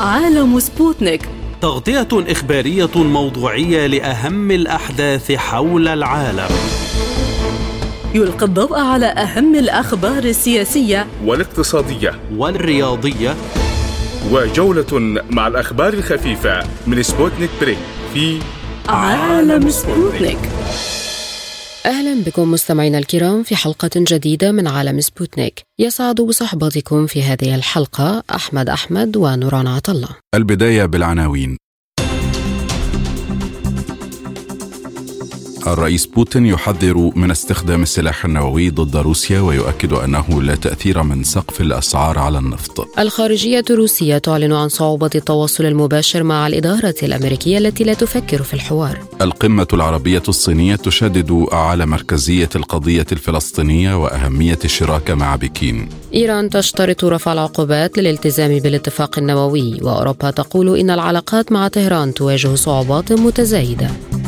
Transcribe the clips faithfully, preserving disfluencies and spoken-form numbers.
عالم سبوتنيك، تغطية إخبارية موضوعية لأهم الأحداث حول العالم. يلقي الضوء على أهم الأخبار السياسية والاقتصادية والرياضية، وجولة مع الأخبار الخفيفة من سبوتنيك بريك في عالم سبوتنيك. أهلا بكم مستمعينا الكرام في حلقة جديدة من عالم سبوتنيك. يسعد بصحبتكم في هذه الحلقة أحمد أحمد ونوران عطلة. البداية بالعناوين. الرئيس بوتين يحذر من استخدام السلاح النووي ضد روسيا ويؤكد أنه لا تأثير من سقف الأسعار على النفط. الخارجية الروسية تعلن عن صعوبة التواصل المباشر مع الإدارة الأمريكية التي لا تفكر في الحوار. القمة العربية الصينية تشدد على مركزية القضية الفلسطينية وأهمية الشراكة مع بكين. إيران تشترط رفع العقوبات للالتزام بالاتفاق النووي، وأوروبا تقول إن العلاقات مع طهران تواجه صعوبات متزايدة.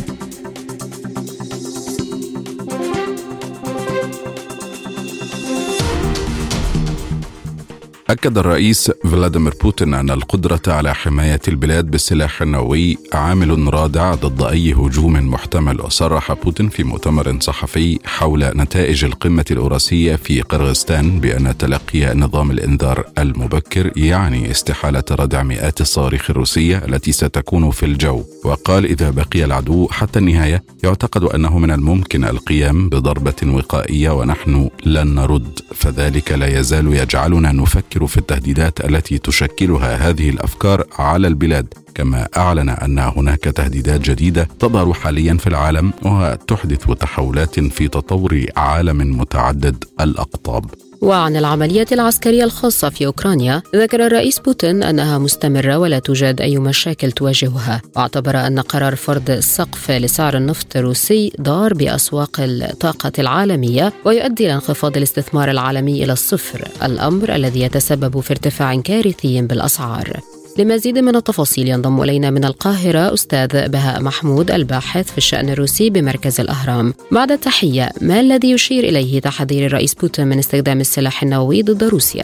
أكد الرئيس فلاديمير بوتين أن القدرة على حماية البلاد بالسلاح النووي عامل رادع ضد أي هجوم محتمل. وصرح بوتين في مؤتمر صحفي حول نتائج القمة الأوراسية في قرغيزستان بأن تلقي نظام الإنذار المبكر يعني استحالة ردع مئات الصواريخ الروسية التي ستكون في الجو. وقال إذا بقي العدو حتى النهاية يعتقد أنه من الممكن القيام بضربة وقائية ونحن لن نرد، فذلك لا يزال يجعلنا نفكر في التهديدات التي تشكلها هذه الأفكار على البلاد. كما أعلن أن هناك تهديدات جديدة تظهر حاليا في العالم وتحدث تحولات في تطور عالم متعدد الأقطاب. وعن العملية العسكرية الخاصة في أوكرانيا، ذكر الرئيس بوتين أنها مستمرة ولا توجد أي مشاكل تواجهها، واعتبر أن قرار فرض السقف لسعر النفط الروسي ضار بأسواق الطاقة العالمية ويؤدي إلى انخفاض الاستثمار العالمي إلى الصفر، الأمر الذي يتسبب في ارتفاع كارثي بالأسعار. لمزيد من التفاصيل ينضم إلينا من القاهرة أستاذ بهاء محمود الباحث في الشأن الروسي بمركز الأهرام. بعد التحية، ما الذي يشير إليه تحذير الرئيس بوتين من استخدام السلاح النووي ضد روسيا؟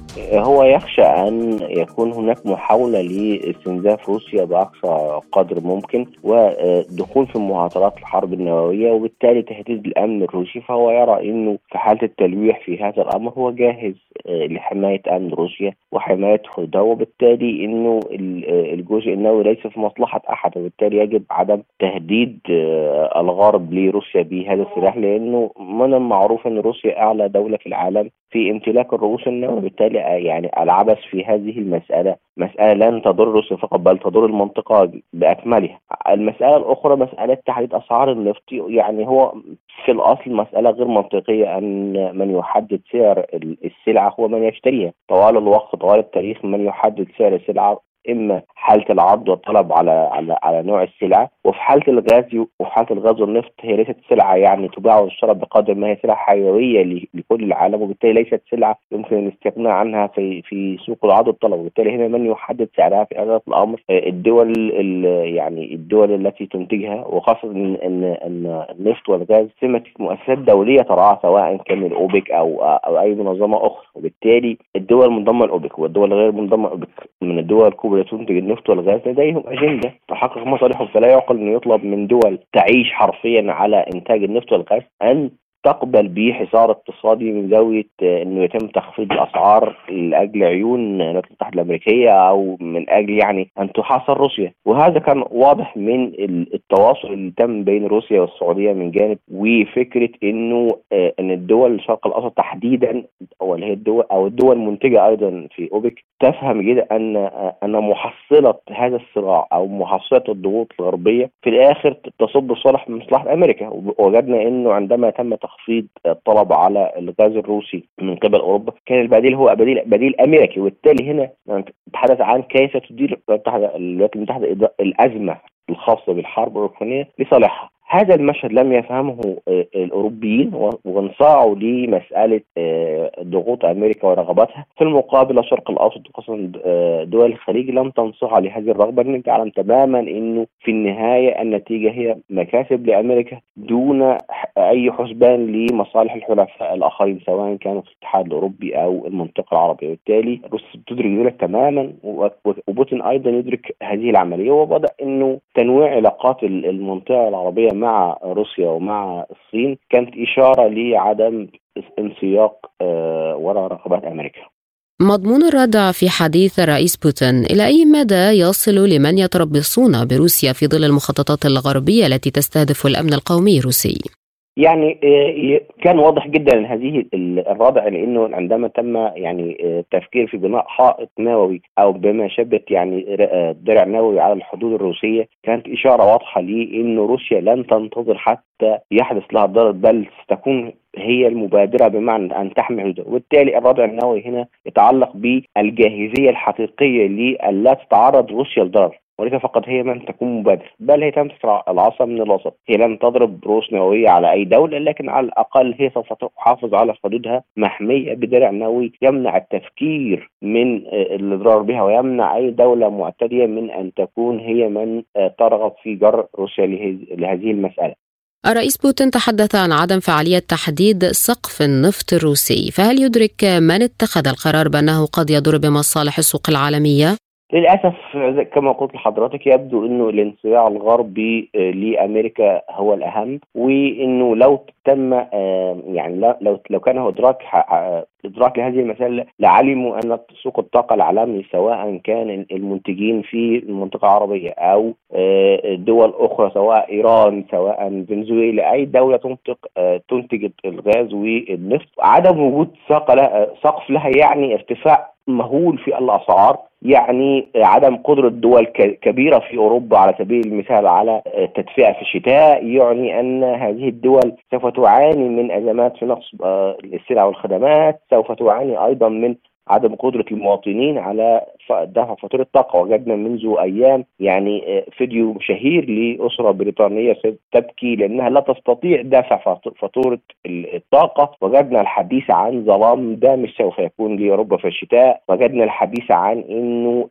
هو يخشى أن يكون هناك محاولة لاستنزاف روسيا بأقصى قدر ممكن ودخول في معطلات الحرب النووية وبالتالي تهديد الأمن الروسي، فهو يرى أنه في حالة التلويح في هذا الأمر هو جاهز لحماية أمن روسيا وحماية حدودها، وبالتالي أنه الجزء النووي ليس في مصلحة أحد، وبالتالي يجب عدم تهديد الغرب لروسيا بهذا السلاح، لأنه من المعروف أن روسيا أعلى دولة في العالم في امتلاك الرؤوس النووية. بالتالي يعني العبث في هذه المسألة مسألة لن تضر روسيا فقط بل تضر المنطقة بأكملها. المسألة الأخرى مسألة تحديد أسعار النفط، يعني هو في الأصل مسألة غير منطقية أن من يحدد سعر السلعة هو من يشتريها. طوال الوقت طوال التاريخ من يحدد سعر السلعة إما حالة العرض والطلب على على على نوع السلعة، وفي حالة الغاز وفي حالة الغاز والنفط هي ليست سلعة يعني تباع وتشترى بقدر ما هي سلعة حيوية لكل العالم، وبالتالي ليست سلعة يمكن الاستغناء عنها في في سوق العرض والطلب، وبالتالي هنا من يحدد سعرها في هذا الأمر الدول يعني الدول التي تنتجها، وخاصة إن إن إن النفط والغاز سمة مؤسسات دولية ترعاها سواء كان الأوبك أو أو أي منظمة أخرى، وبالتالي الدول المنضمة الأوبك والدول غير منضمة الأوبك من الدول الكبرى تنتج النفط والغاز لديهم أجندة تحقق مصالحهم، فلا يعقل أن يطلب من دول تعيش حرفيا على إنتاج النفط والغاز أن تقبل بحصار اقتصادي من زاوية أنه يتم تخفيض الأسعار لأجل عيون الولايات المتحدة الأمريكية أو من أجل يعني أن تحاصر روسيا. وهذا كان واضح من التواصل اللي تم بين روسيا والسعودية من جانب، وفكرة أنه أن الدول الشرق الأوسط تحديدا أو اللي هي الدول أو الدول المنتجة أيضا في أوبك تفهم جدا أن أن محصلة هذا الصراع أو محصلة الضغوط الغربية في الآخر تصب صالح من مصلحة أمريكا. ووجدنا أنه عندما تم تخفيض الطلب على الغاز الروسي من قبل أوروبا كان البديل هو بديل بديل أمريكي، وبالتالي هنا نتحدث عن كيف تدير الولايات المتحدة الأزمة الخاصة بالحرب الأوكرانية لصالحها. هذا المشهد لم يفهمه الأوروبيين وانصاعوا لمسألة ضغوط أمريكا ورغباتها. في المقابل الشرق الأوسط وخاصة دول الخليج لم تنصاع لهذه الرغبة، لأن تعلم تماما أنه في النهاية النتيجة هي مكاسب لأمريكا دون أي حسبان لمصالح الحلفاء الآخرين سواء كانوا في الاتحاد الأوروبي أو المنطقة العربية. وبالتالي روسيا تدرك ذلك تماما، وبوتين أيضا يدرك هذه العملية، وبدأ أنه تنويع علاقات المنطقة العربية مع روسيا ومع الصين كانت إشارة لعدم انسياق وراء رغبات أمريكا. مضمون الردع في حديث الرئيس بوتين إلى أي مدى يصل لمن يتربصون بروسيا في ظل المخططات الغربية التي تستهدف الأمن القومي الروسي؟ يعني كان واضح جدا هذه الردع، لانه عندما تم يعني التفكير في بناء حائط نووي او بما شبه يعني درع نووي على الحدود الروسيه، كانت اشاره واضحه لانه روسيا لن تنتظر حتى يحدث لها ضرر، بل ستكون هي المبادرة بمعنى أن تحمي حدودها. وبالتالي الردع النووي هنا يتعلق بالجاهزية الحقيقية لألا تتعرض روسيا لضرر، وليس فقط هي من تكون مبادرة، بل هي تمسك العصا من الوسط. هي لن تضرب رؤوس نووية على أي دولة، لكن على الأقل هي سوف تحافظ على حدودها محمية بدرع نووي يمنع التفكير من الإضرار بها، ويمنع أي دولة معتدية من أن تكون هي من ترغب في جر روسيا لهذه المسألة. الرئيس بوتين تحدث عن عدم فعالية تحديد سقف النفط الروسي، فهل يدرك من اتخذ القرار بأنه قد يضر بمصالح السوق العالمية؟ للأسف كما قلت لحضرتك يبدو أنه الانصياع الغربي لأمريكا هو الأهم، وأنه لو تم يعني لو لو كان هو إدراك إدراك لهذه المسألة لعلموا أن سوق الطاقة العالمي سواء كان المنتجين في المنطقة العربية أو دول أخرى سواء إيران سواء فنزويلا، أي دولة تنتج تنتج الغاز والنفط، عدم وجود سقف لها يعني ارتفاع مهول في الأسعار، يعني عدم قدرة دول كبيرة في أوروبا على سبيل المثال على التدفئة في الشتاء، يعني أن هذه الدول سوف تعاني من أزمات في نقص السلع والخدمات، سوف تعاني أيضا من عدم قدرة المواطنين على دفع فاتورة الطاقة. وجدنا منذ أيام يعني فيديو شهير لأسرة بريطانية تبكي لأنها لا تستطيع دفع فاتورة الطاقة. وجدنا الحديث عن ظلام دامج سوف يكون لأوروبا في الشتاء. وجدنا الحديث عن أنه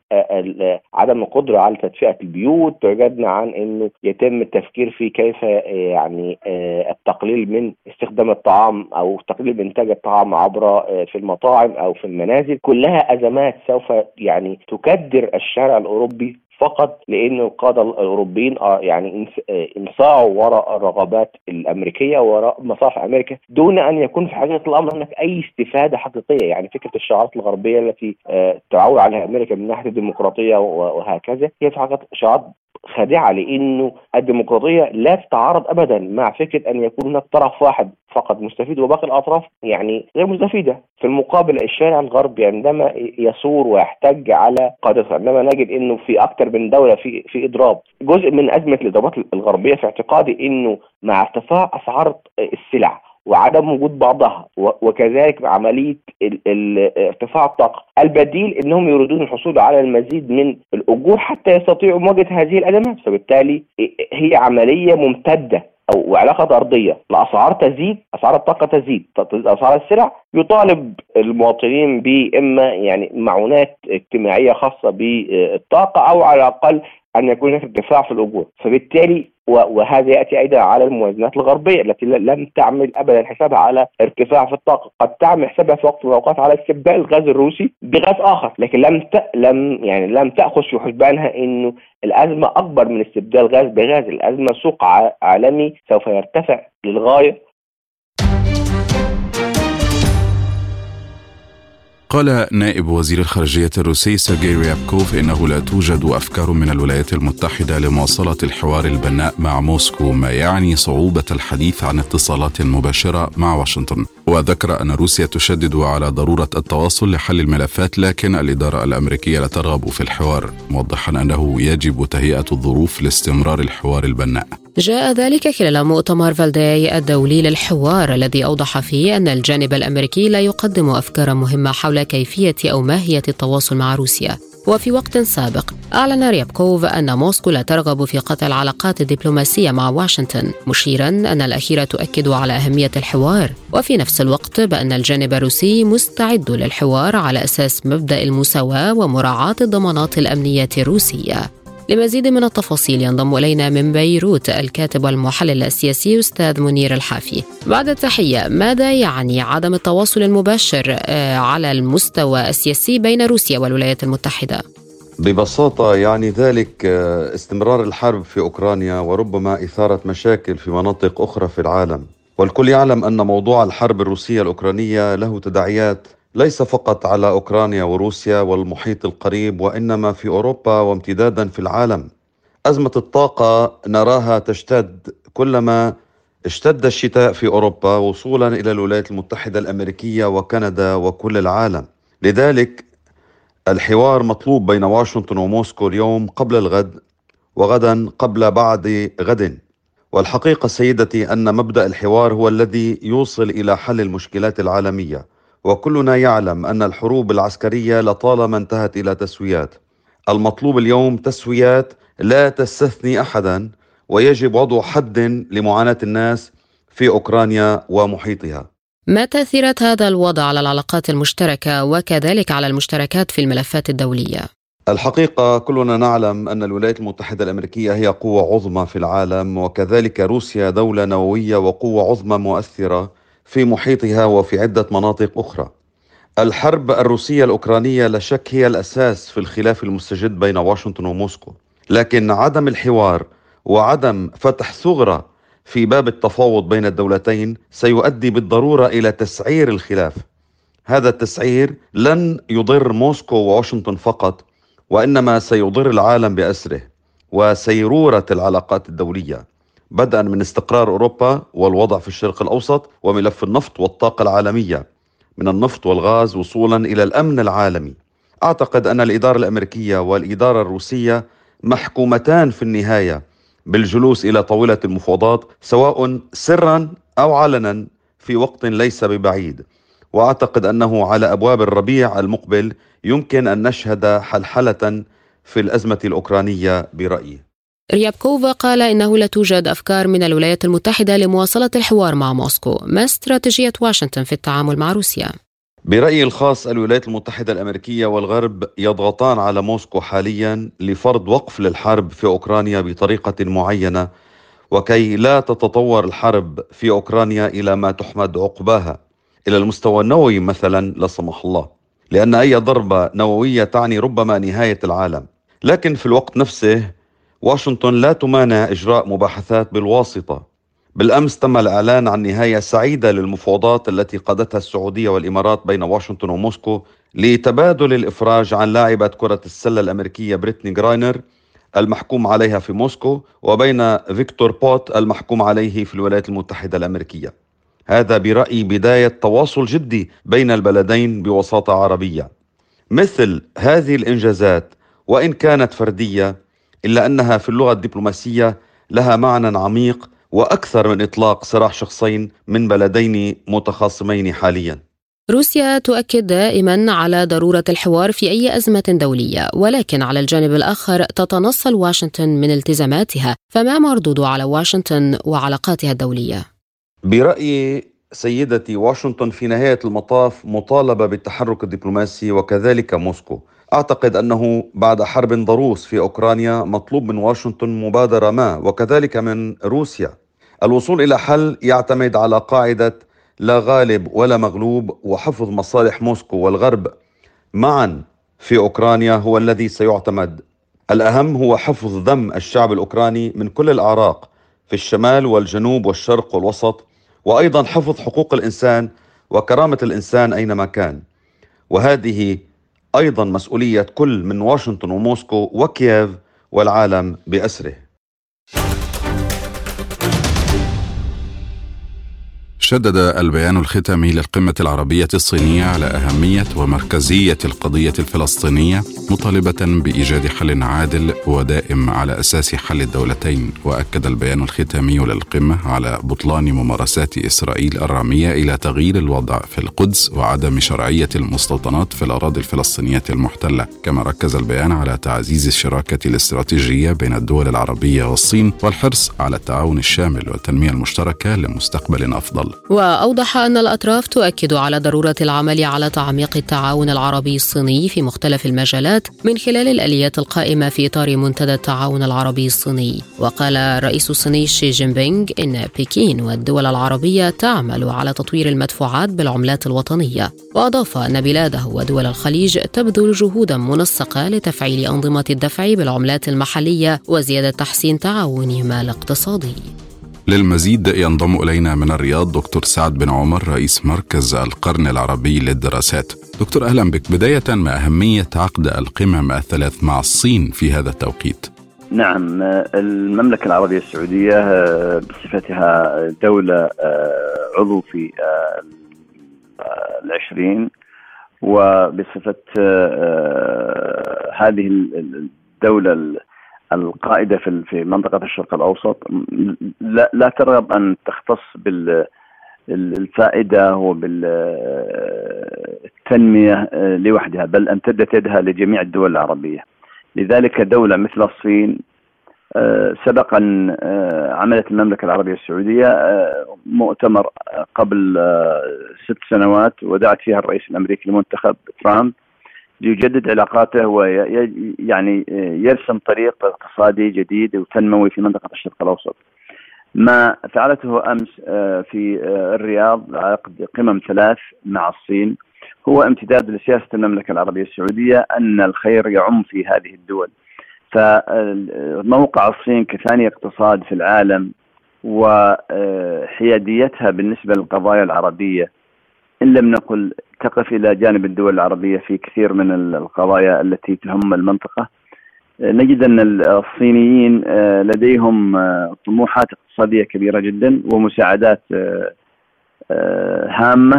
عدم القدرة على تدفئة البيوت. وجدنا عن أنه يتم التفكير في كيف يعني التقليل من استخدام الطعام أو تقليل إنتاج الطعام عبر في المطاعم أو في المنازل. كلها أزمات سوف يعني تكدر الشارع الأوروبي فقط لأن القادة الأوروبيين يعني انصاعوا وراء الرغبات الأمريكية وراء مصالح أمريكا دون أن يكون في حقيقة الأمر هناك أي استفادة حقيقية. يعني فكرة الشعارات الغربية التي تعول عليها أمريكا من ناحية الديمقراطية وهكذا هي في حقيقة شعارات خادعة، لأنه الديمقراطية لا تتعارض أبدا مع فكرة أن يكون هناك طرف واحد فقط مستفيد وباقي الأطراف يعني غير مستفيدة. في المقابل الشارع الغربي عندما يثور ويحتج على قادته، عندما نجد أنه في أكثر من دولة في في إضراب، جزء من أزمة الإضرابات الغربية في اعتقادي أنه مع ارتفاع أسعار السلع وعدم وجود بعضها وكذلك عملية ارتفاع الطاقة، البديل انهم يريدون الحصول على المزيد من الأجور حتى يستطيعوا مواجهة هذه الأزمات. فبالتالي هي عملية ممتدة أو علاقة طردية، الأسعار تزيد، أسعار الطاقة تزيد، أسعار السلع، يطالب المواطنين بإما يعني معونات اجتماعية خاصة بالطاقة أو على الأقل أن يكون هناك ارتفاع في الأجور. فبالتالي وهذا يأتي أيضا على الموازنات الغربية التي لم تعمل أبدا حسابها على ارتفاع في الطاقة، قد تعمل حسابها في وقت من الأوقات على استبدال الغاز الروسي بغاز آخر، لكن لم ت... لم يعني لم تأخذ في حسبانها إنه الأزمة أكبر من استبدال غاز بغاز، الأزمة سوق عالمي سوف يرتفع للغاية. قال نائب وزير الخارجية الروسي سيرجي ريابكوف إنه لا توجد أفكار من الولايات المتحدة لمواصلة الحوار البناء مع موسكو، ما يعني صعوبة الحديث عن اتصالات مباشرة مع واشنطن. وذكر أن روسيا تشدد على ضرورة التواصل لحل الملفات، لكن الإدارة الأمريكية لا ترغب في الحوار، موضحا أنه يجب تهيئة الظروف لاستمرار الحوار البناء. جاء ذلك خلال مؤتمر فالداي الدولي للحوار الذي أوضح فيه أن الجانب الأمريكي لا يقدم أفكارا مهمة حول كيفية أو ماهية التواصل مع روسيا، وفي وقت سابق أعلن ريابكوف أن موسكو لا ترغب في قطع العلاقات الدبلوماسية مع واشنطن، مشيرا أن الأخيرة تؤكد على أهمية الحوار، وفي نفس الوقت بأن الجانب الروسي مستعد للحوار على أساس مبدأ المساواة ومراعاة الضمانات الأمنية الروسية. لمزيد من التفاصيل ينضم إلينا من بيروت الكاتب والمحلل السياسي أستاذ منير الحافي. بعد التحية، ماذا يعني عدم التواصل المباشر على المستوى السياسي بين روسيا والولايات المتحدة؟ ببساطة يعني ذلك استمرار الحرب في أوكرانيا وربما إثارة مشاكل في مناطق أخرى في العالم، والكل يعلم أن موضوع الحرب الروسية الأوكرانية له تداعيات ليس فقط على أوكرانيا وروسيا والمحيط القريب، وإنما في أوروبا وامتدادا في العالم. أزمة الطاقة نراها تشتد كلما اشتد الشتاء في أوروبا وصولا إلى الولايات المتحدة الأمريكية وكندا وكل العالم. لذلك الحوار مطلوب بين واشنطن وموسكو اليوم قبل الغد، وغدا قبل بعد غد. والحقيقة سيدتي أن مبدأ الحوار هو الذي يوصل إلى حل المشكلات العالمية، وكلنا يعلم أن الحروب العسكرية لطالما انتهت إلى تسويات. المطلوب اليوم تسويات لا تستثني أحدا، ويجب وضع حد لمعاناة الناس في أوكرانيا ومحيطها. ما تأثيرات هذا الوضع على العلاقات المشتركة وكذلك على المشتركات في الملفات الدولية؟ الحقيقة كلنا نعلم أن الولايات المتحدة الأمريكية هي قوة عظمى في العالم، وكذلك روسيا دولة نووية وقوة عظمى مؤثرة في محيطها وفي عدة مناطق أخرى. الحرب الروسية الأوكرانية لا شك هي الأساس في الخلاف المستجد بين واشنطن وموسكو، لكن عدم الحوار وعدم فتح ثغرة في باب التفاوض بين الدولتين سيؤدي بالضرورة إلى تسعير الخلاف. هذا التسعير لن يضر موسكو وواشنطن فقط، وإنما سيضر العالم بأسره وسيرورة العلاقات الدولية، بدءا من استقرار أوروبا والوضع في الشرق الأوسط وملف النفط والطاقة العالمية، من النفط والغاز وصولا إلى الأمن العالمي. أعتقد أن الإدارة الأمريكية والإدارة الروسية محكومتان في النهاية بالجلوس إلى طاولة المفاوضات، سواء سرا أو علنا في وقت ليس ببعيد. وأعتقد أنه على أبواب الربيع المقبل يمكن أن نشهد حلحلة في الأزمة الأوكرانية برأيي. ريابكوف قال إنه لا توجد أفكار من الولايات المتحدة لمواصلة الحوار مع موسكو. ما استراتيجية واشنطن في التعامل مع روسيا؟ برأيي الخاص الولايات المتحدة الأمريكية والغرب يضغطان على موسكو حاليا لفرض وقف للحرب في أوكرانيا بطريقة معينة، وكي لا تتطور الحرب في أوكرانيا إلى ما تحمد عقباها، إلى المستوى النووي مثلا لا سمح الله، لأن أي ضربة نووية تعني ربما نهاية العالم. لكن في الوقت نفسه واشنطن لا تمانع إجراء مباحثات بالواسطة. بالأمس تم الإعلان عن نهاية سعيدة للمفاوضات التي قادتها السعودية والإمارات بين واشنطن وموسكو لتبادل الإفراج عن لاعبة كرة السلة الأمريكية بريتني غراينر المحكوم عليها في موسكو، وبين فيكتور بوت المحكوم عليه في الولايات المتحدة الأمريكية. هذا برأيي بداية تواصل جدي بين البلدين بوساطة عربية. مثل هذه الإنجازات وإن كانت فردية إلا أنها في اللغة الدبلوماسية لها معنى عميق وأكثر من إطلاق سراح شخصين من بلدين متخاصمين حاليا. روسيا تؤكد دائما على ضرورة الحوار في أي أزمة دولية، ولكن على الجانب الآخر تتنصل واشنطن من التزاماتها، فما مردود على واشنطن وعلاقاتها الدولية؟ برأيي سيدتي واشنطن في نهاية المطاف مطالبة بالتحرك الدبلوماسي، وكذلك موسكو. أعتقد أنه بعد حرب ضروس في أوكرانيا مطلوب من واشنطن مبادرة ما، وكذلك من روسيا. الوصول إلى حل يعتمد على قاعدة لا غالب ولا مغلوب، وحفظ مصالح موسكو والغرب معا في أوكرانيا هو الذي سيعتمد. الأهم هو حفظ ذم الشعب الأوكراني من كل الأعراق في الشمال والجنوب والشرق والوسط، وأيضا حفظ حقوق الإنسان وكرامة الإنسان أينما كان. وهذه أيضا مسؤولية كل من واشنطن وموسكو وكييف والعالم بأسره. شدد البيان الختامي للقمة العربية الصينية على أهمية ومركزية القضية الفلسطينية، مطالبة بإيجاد حل عادل ودائم على أساس حل الدولتين. وأكد البيان الختامي للقمة على بطلان ممارسات إسرائيل الرامية إلى تغيير الوضع في القدس وعدم شرعية المستوطنات في الأراضي الفلسطينية المحتلة. كما ركز البيان على تعزيز الشراكة الاستراتيجية بين الدول العربية والصين والحرص على التعاون الشامل والتنمية المشتركة لمستقبل أفضل. وأوضح أن الأطراف تؤكد على ضرورة العمل على تعميق التعاون العربي الصيني في مختلف المجالات من خلال الآليات القائمة في إطار منتدى التعاون العربي الصيني. وقال الرئيس الصيني شي جين بينغ إن بكين والدول العربية تعمل على تطوير المدفوعات بالعملات الوطنية، وأضاف أن بلاده ودول الخليج تبذل جهودا منسقة لتفعيل أنظمة الدفع بالعملات المحلية وزيادة تحسين تعاونهما الاقتصادي. للمزيد ينضم إلينا من الرياض دكتور سعد بن عمر، رئيس مركز القرن العربي للدراسات. دكتور أهلا بك. بداية، ما أهمية عقد القمم الثلاث مع الصين في هذا التوقيت؟ نعم، المملكة العربية السعودية بصفتها دولة عضو في العشرين، وبصفة هذه الدولة القائدة في في منطقة الشرق الأوسط لا, لا ترغب أن تختص بالفائدة وبالتنمية لوحدها، بل أن تمد يدها لجميع الدول العربية. لذلك دولة مثل الصين سبقا عملت المملكة العربية السعودية مؤتمر قبل ست سنوات ودعت فيها الرئيس الأمريكي المنتخب ترامب ليجدد علاقاته ويعني يرسم طريق اقتصادي جديد وتنموي في منطقة الشرق الأوسط. ما فعلته أمس في الرياض عقد قمم ثلاث مع الصين هو امتداد لسياسة المملكة العربية السعودية أن الخير يعم في هذه الدول. فموقع الصين كثاني اقتصاد في العالم وحياديتها بالنسبة للقضايا العربية، إن لم نقل تقف إلى جانب الدول العربية في كثير من القضايا التي تهم المنطقة، نجد أن الصينيين لديهم طموحات اقتصادية كبيرة جدا ومساعدات هامة.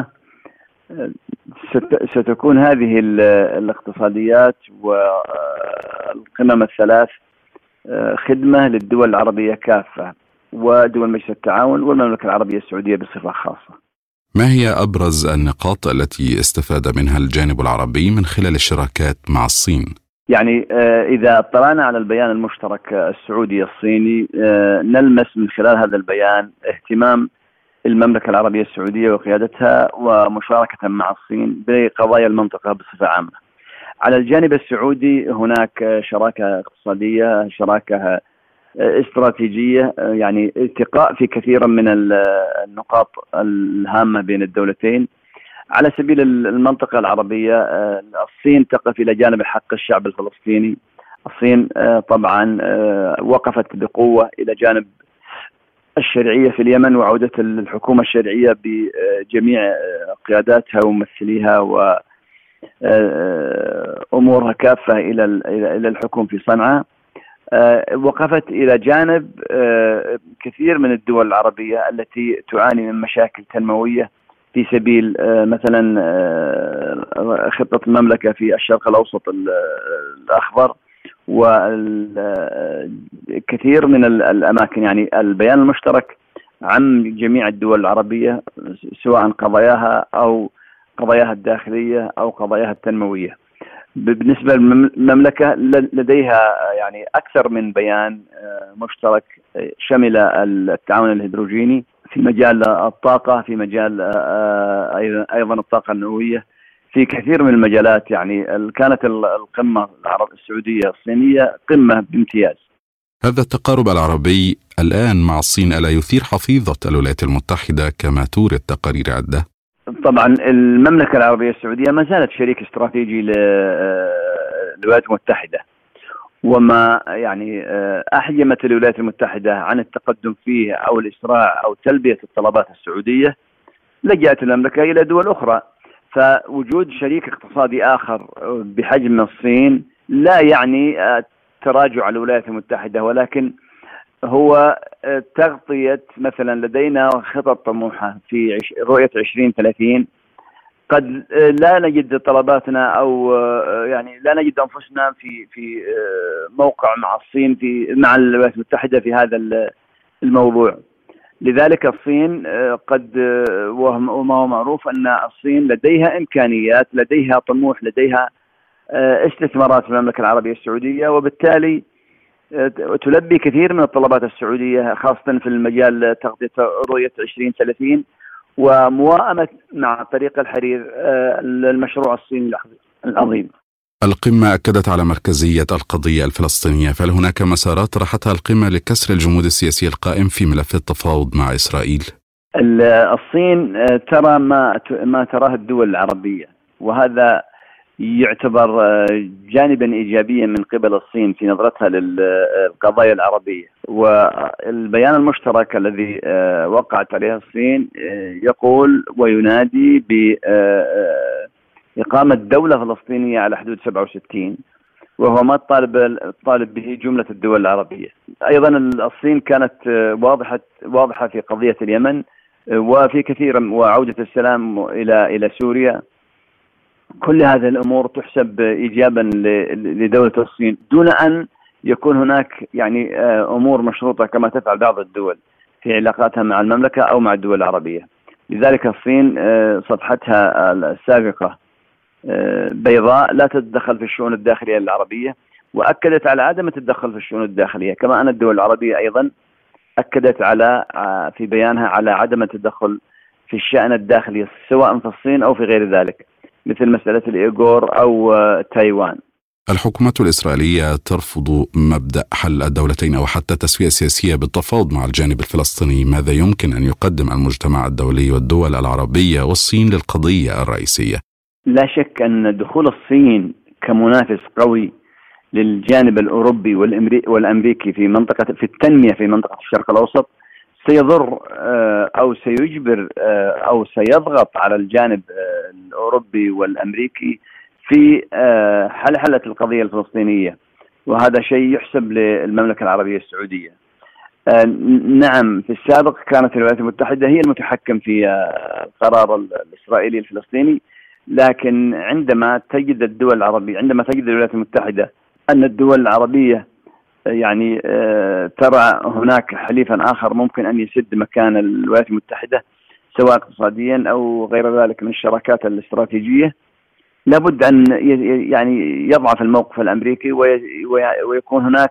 ستكون هذه الاقتصاديات والقمم الثلاث خدمة للدول العربية كافة ودول مجلس التعاون والمملكة العربية السعودية بصفة خاصة. ما هي أبرز النقاط التي استفاد منها الجانب العربي من خلال الشراكات مع الصين؟ يعني إذا اطلعنا على البيان المشترك السعودي الصيني نلمس من خلال هذا البيان اهتمام المملكة العربية السعودية وقيادتها ومشاركة مع الصين بقضايا المنطقة بصفة عامة. على الجانب السعودي هناك شراكة اقتصادية، شراكة استراتيجية، يعني التقاء في كثير من النقاط الهامة بين الدولتين. على سبيل المنطقة العربية الصين تقف إلى جانب حق الشعب الفلسطيني. الصين طبعا وقفت بقوة إلى جانب الشرعية في اليمن وعودة الحكومة الشرعية بجميع قياداتها وممثليها وأمورها كافة إلى إلى الحكم في صنعاء. وقفت إلى جانب كثير من الدول العربية التي تعاني من مشاكل تنموية في سبيل مثلا خطة المملكة في الشرق الأوسط الأخضر والكثير من الأماكن. يعني البيان المشترك عن جميع الدول العربية سواء قضاياها أو قضاياها الداخلية أو قضاياها التنموية. بالنسبة للمملكة لديها يعني أكثر من بيان مشترك شمل التعاون الهيدروجيني في مجال الطاقة، في مجال أيضا الطاقة النووية، في كثير من المجالات. يعني كانت القمة العربية السعودية الصينية قمة بامتياز. هذا التقارب العربي الآن مع الصين ألا يثير حفيظة الولايات المتحدة كما تورد تقارير عدة؟ طبعا المملكة العربية السعودية ما زالت شريك استراتيجي للولايات المتحدة، وما يعني أحجمت الولايات المتحدة عن التقدم فيه أو الإسراع أو تلبية الطلبات السعودية لجأت المملكة إلى دول أخرى. فوجود شريك اقتصادي آخر بحجم الصين لا يعني تراجع الولايات المتحدة، ولكن هو تغطية مثلا لدينا خطط طموحة في رؤية عشرين ثلاثين، قد لا نجد طلباتنا أو يعني لا نجد أنفسنا في في موقع مع الصين في مع الولايات المتحدة في هذا الموضوع. لذلك الصين قد وما هو معروف أن الصين لديها إمكانيات، لديها طموح، لديها استثمارات في المملكة العربية السعودية، وبالتالي تلبي كثير من الطلبات السعودية خاصة في المجال تغطية رؤية عشرين ثلاثين ومواءمة مع طريق الحرير المشروع الصيني العظيم. القمة أكدت على مركزية القضية الفلسطينية، فهل هناك مسارات طرحتها القمة لكسر الجمود السياسي القائم في ملف التفاوض مع إسرائيل؟ الصين ترى ما ما تراه الدول العربية، وهذا يعتبر جانبا إيجابيا من قبل الصين في نظرتها للقضايا العربية. والبيان المشترك الذي وقعت عليه الصين يقول وينادي بإقامة دولة فلسطينية على حدود سبعة وستين، وهو ما طالب طالب به جملة الدول العربية. أيضا الصين كانت واضحة واضحة في قضية اليمن وفي كثير وعودة السلام إلى إلى سوريا. كل هذه الأمور تحسب إيجابا لدولة الصين دون أن يكون هناك يعني أمور مشروطة كما تفعل بعض الدول في علاقاتها مع المملكة أو مع الدول العربية. لذلك الصين صفحتها السابقة بيضاء، لا تتدخل في الشؤون الداخلية العربية، وأكدت على عدم التدخل في الشؤون الداخلية، كما أن الدول العربية أيضا أكدت على في بيانها على عدم التدخل في الشأن الداخلي سواء في الصين أو في غير ذلك، مثل مسألة الإيغور أو تايوان. الحكومة الإسرائيلية ترفض مبدأ حل الدولتين أو حتى تسوية سياسية بالتفاوض مع الجانب الفلسطيني. ماذا يمكن أن يقدم المجتمع الدولي والدول العربية والصين للقضية الرئيسية؟ لا شك أن دخول الصين كمنافس قوي للجانب الأوروبي والأمريكي في منطقة في التنمية في منطقة الشرق الأوسط سيضر أو سيجبر أو سيضغط على الجانب الأوروبي والأمريكي في حلحلة القضية الفلسطينية، وهذا شيء يحسب للمملكة العربية السعودية. نعم، في السابق كانت الولايات المتحدة هي المتحكم في القرار الإسرائيلي الفلسطيني، لكن عندما تجد الدول العربية عندما تجد الولايات المتحدة أن الدول العربية يعني ترى هناك حليفا آخر ممكن أن يسد مكان الولايات المتحدة سواء اقتصاديا أو غير ذلك من الشراكات الاستراتيجية، لابد أن يعني يضعف الموقف الأمريكي ويكون هناك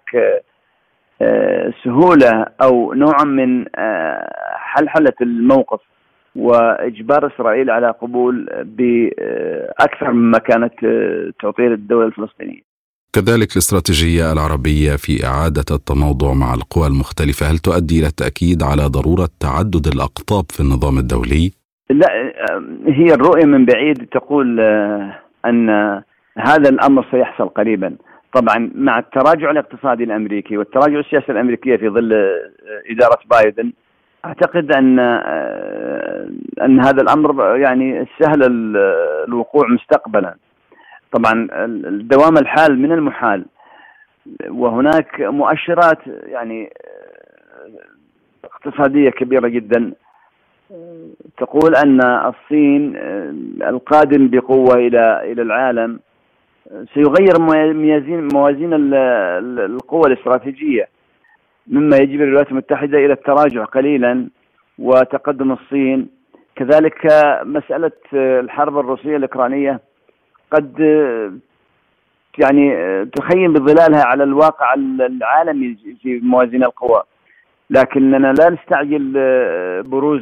سهولة أو نوع من حلحلة الموقف وإجبار إسرائيل على قبول بأكثر مما كانت تعطيه الدولة الفلسطينية. كذلك الاستراتيجية العربية في إعادة التموضع مع القوى المختلفة، هل تؤدي إلى التأكيد على ضرورة تعدد الأقطاب في النظام الدولي؟ لا، هي الرؤية من بعيد تقول أن هذا الأمر سيحصل قريبا. طبعا مع التراجع الاقتصادي الأمريكي والتراجع السياسي الأمريكية في ظل إدارة بايدن، أعتقد أن أن هذا الأمر يعني سهل الوقوع مستقبلا. طبعا الدوام الحال من المحال، وهناك مؤشرات يعني اقتصادية كبيرة جدا تقول أن الصين القادم بقوة إلى إلى العالم سيغير موازين موازين القوى الاستراتيجية، مما يجبر الولايات المتحدة إلى التراجع قليلا وتقدم الصين. كذلك مسألة الحرب الروسية الأوكرانية قد يعني تخيم بظلالها على الواقع العالمي في موازين القوى، لكننا لا نستعجل بروز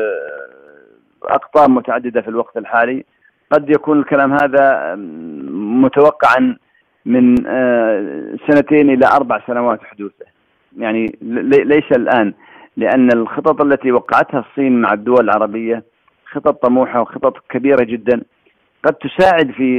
أقطاب متعددة في الوقت الحالي. قد يكون الكلام هذا متوقعا من سنتين إلى أربع سنوات حدوثه، يعني ليس الآن، لأن الخطط التي وقعتها الصين مع الدول العربية خطط طموحة وخطط كبيرة جدا قد تساعد في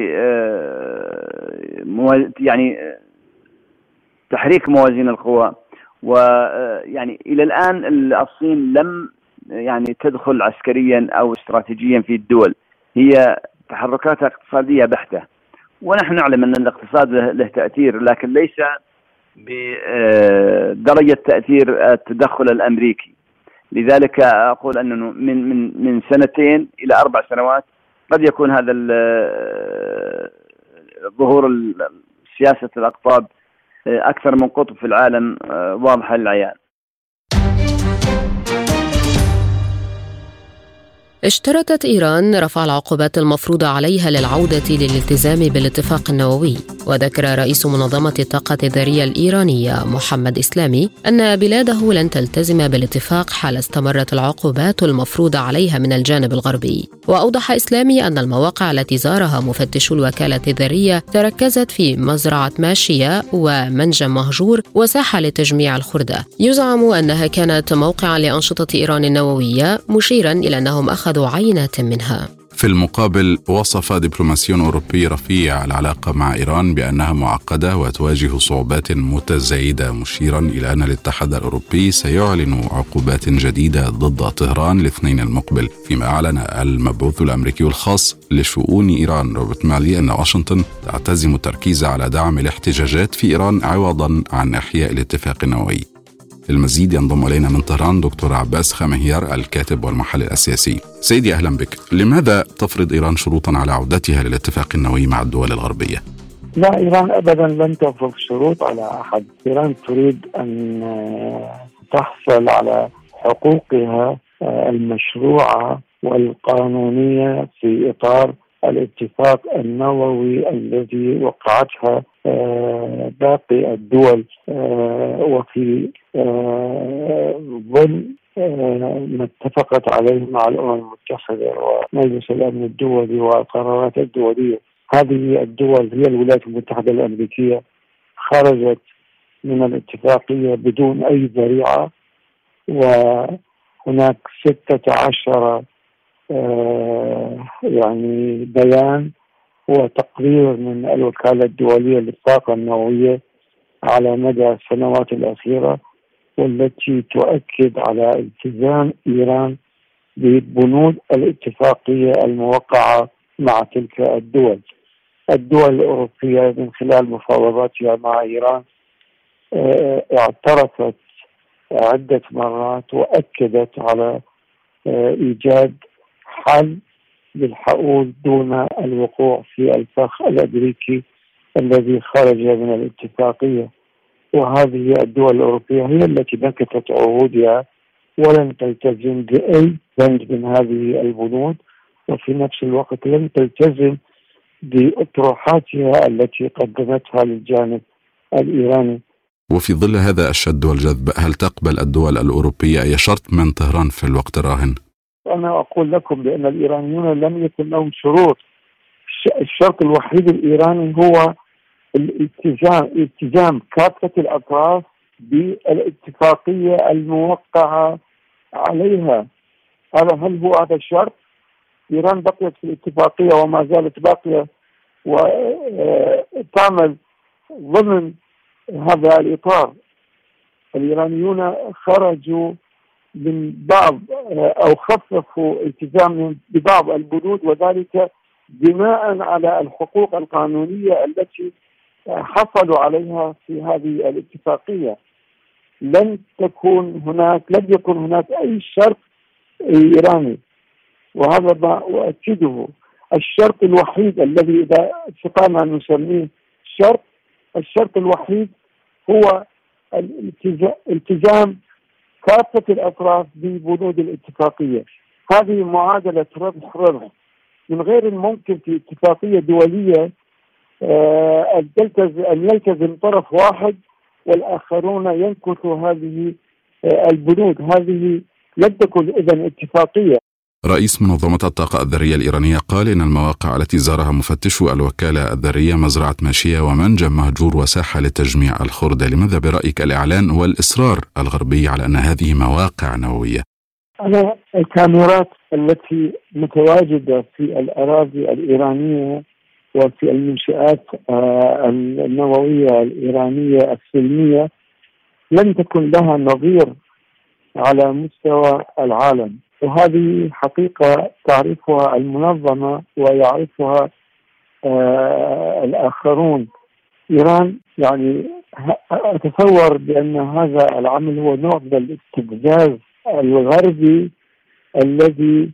يعني تحريك موازين القوى. ويعني إلى الآن الصين لم يعني تدخل عسكريا أو استراتيجيا في الدول، هي تحركاتها اقتصادية بحتة، ونحن نعلم أن الاقتصاد له تأثير، لكن ليس بدرجة تأثير التدخل الأمريكي. لذلك أقول أنه من من من سنتين إلى أربع سنوات قد يكون هذا ظهور سياسة الأقطاب أكثر من قطب في العالم واضحة للعيان. اشترطت إيران رفع العقوبات المفروضة عليها للعودة للالتزام بالاتفاق النووي. وذكر رئيس منظمة الطاقة الذرية الإيرانية محمد إسلامي أن بلاده لن تلتزم بالاتفاق حال استمرت العقوبات المفروضة عليها من الجانب الغربي. وأوضح إسلامي أن المواقع التي زارها مفتشو الوكالة الذرية تركزت في مزرعة ماشية ومنجم مهجور وساحة لتجميع الخردة. يزعم أنها كانت موقعا لأنشطة إيران النووية، مشيرا إلى أنهم أخذوا عينات منها. في المقابل وصف دبلوماسيون أوروبي رفيع العلاقة مع إيران بأنها معقدة وتواجه صعوبات متزايدة، مشيرا إلى أن الاتحاد الأوروبي سيعلن عقوبات جديدة ضد طهران الاثنين المقبل. فيما أعلن المبعوث الأمريكي الخاص لشؤون إيران روبرت مالي أن واشنطن تعتزم التركيز على دعم الاحتجاجات في إيران عوضا عن إحياء الاتفاق النووي. المزيد ينضم إلينا من طهران دكتور عباس خامهيار الكاتب والمحلل السياسي. سيدي أهلا بك. لماذا تفرض إيران شروطا على عودتها للاتفاق النووي مع الدول الغربية؟ لا، إيران أبدا لن تفرض شروط على أحد. إيران تريد أن تحصل على حقوقها المشروعة والقانونية في إطار الاتفاق النووي الذي وقعتها باقي الدول وفي ضمن ما اتفقت عليه مع الأمم المتحدة ومجلس الأمن الدولي والقرارات الدولية. هذه الدول هي الولايات المتحدة الأمريكية خرجت من الاتفاقية بدون أي ذريعة، وهناك ستة عشر يعني بيان وتقرير من الوكالة الدولية للطاقة النووية على مدى السنوات الأخيرة، والتي تؤكد على التزام إيران ببنود الاتفاقية الموقعة مع تلك الدول. الدول الأوروبية من خلال مفاوضاتها مع إيران اعترفت عدة مرات وأكدت على إيجاد حل للحقول دون الوقوع في الفخ الأمريكي الذي خرج من الاتفاقية. وهذه الدول الأوروبية هي التي نكثت عهودها ولن تلتزم بأي بند من هذه البنود، وفي نفس الوقت لن تلتزم بأطروحاتها التي قدمتها للجانب الإيراني. وفي ظل هذا الشد والجذب، هل تقبل الدول الأوروبية أي شرط من طهران في الوقت الراهن؟ أنا أقول لكم بأن الإيرانيون لم يكن لهم شروط. الشرط الوحيد الإيراني هو الالتزام التزام كافة الأطراف بالاتفاقية الموقعة عليها. هذا هل هو هذا الشرط؟ إيران بقيت في الاتفاقية وما زالت باقية وتعمل ضمن هذا الإطار. الإيرانيون خرجوا من بعض أو خففوا التزامهم ببعض البنود، وذلك بناء على الحقوق القانونية التي حصلوا عليها في هذه الاتفاقية. لن تكون هناك لن يكن هناك أي شرط إيراني، وهذا ما أؤكده. الشرط الوحيد الذي إذا استطعنا أن نسميه شرط، الشرط الوحيد هو الالتزام كافة الأطراف ببنود الاتفاقية. هذه معادلة ربح ربح. من غير الممكن في اتفاقية دولية أن يلتزم طرف واحد والآخرون ينكثوا هذه البنود. هذه لن تكن إذن اتفاقية. رئيس منظمة الطاقة الذرية الإيرانية قال إن المواقع التي زارها مفتشو الوكالة الذرية مزرعة ماشية ومنجم مهجور وساحة لتجميع الخردة. لماذا برأيك الإعلان والإصرار الغربي على أن هذه مواقع نووية؟ أنا الكاميرات التي متواجدة في الأراضي الإيرانية وفي المنشآت النووية الإيرانية السلمية لن تكن لها نظير على مستوى العالم، وهذه حقيقة تعرفها المنظمة ويعرفها آه الآخرون. إيران يعني أتصور بأن هذا العمل هو نوع من الاستفزاز الغربي الذي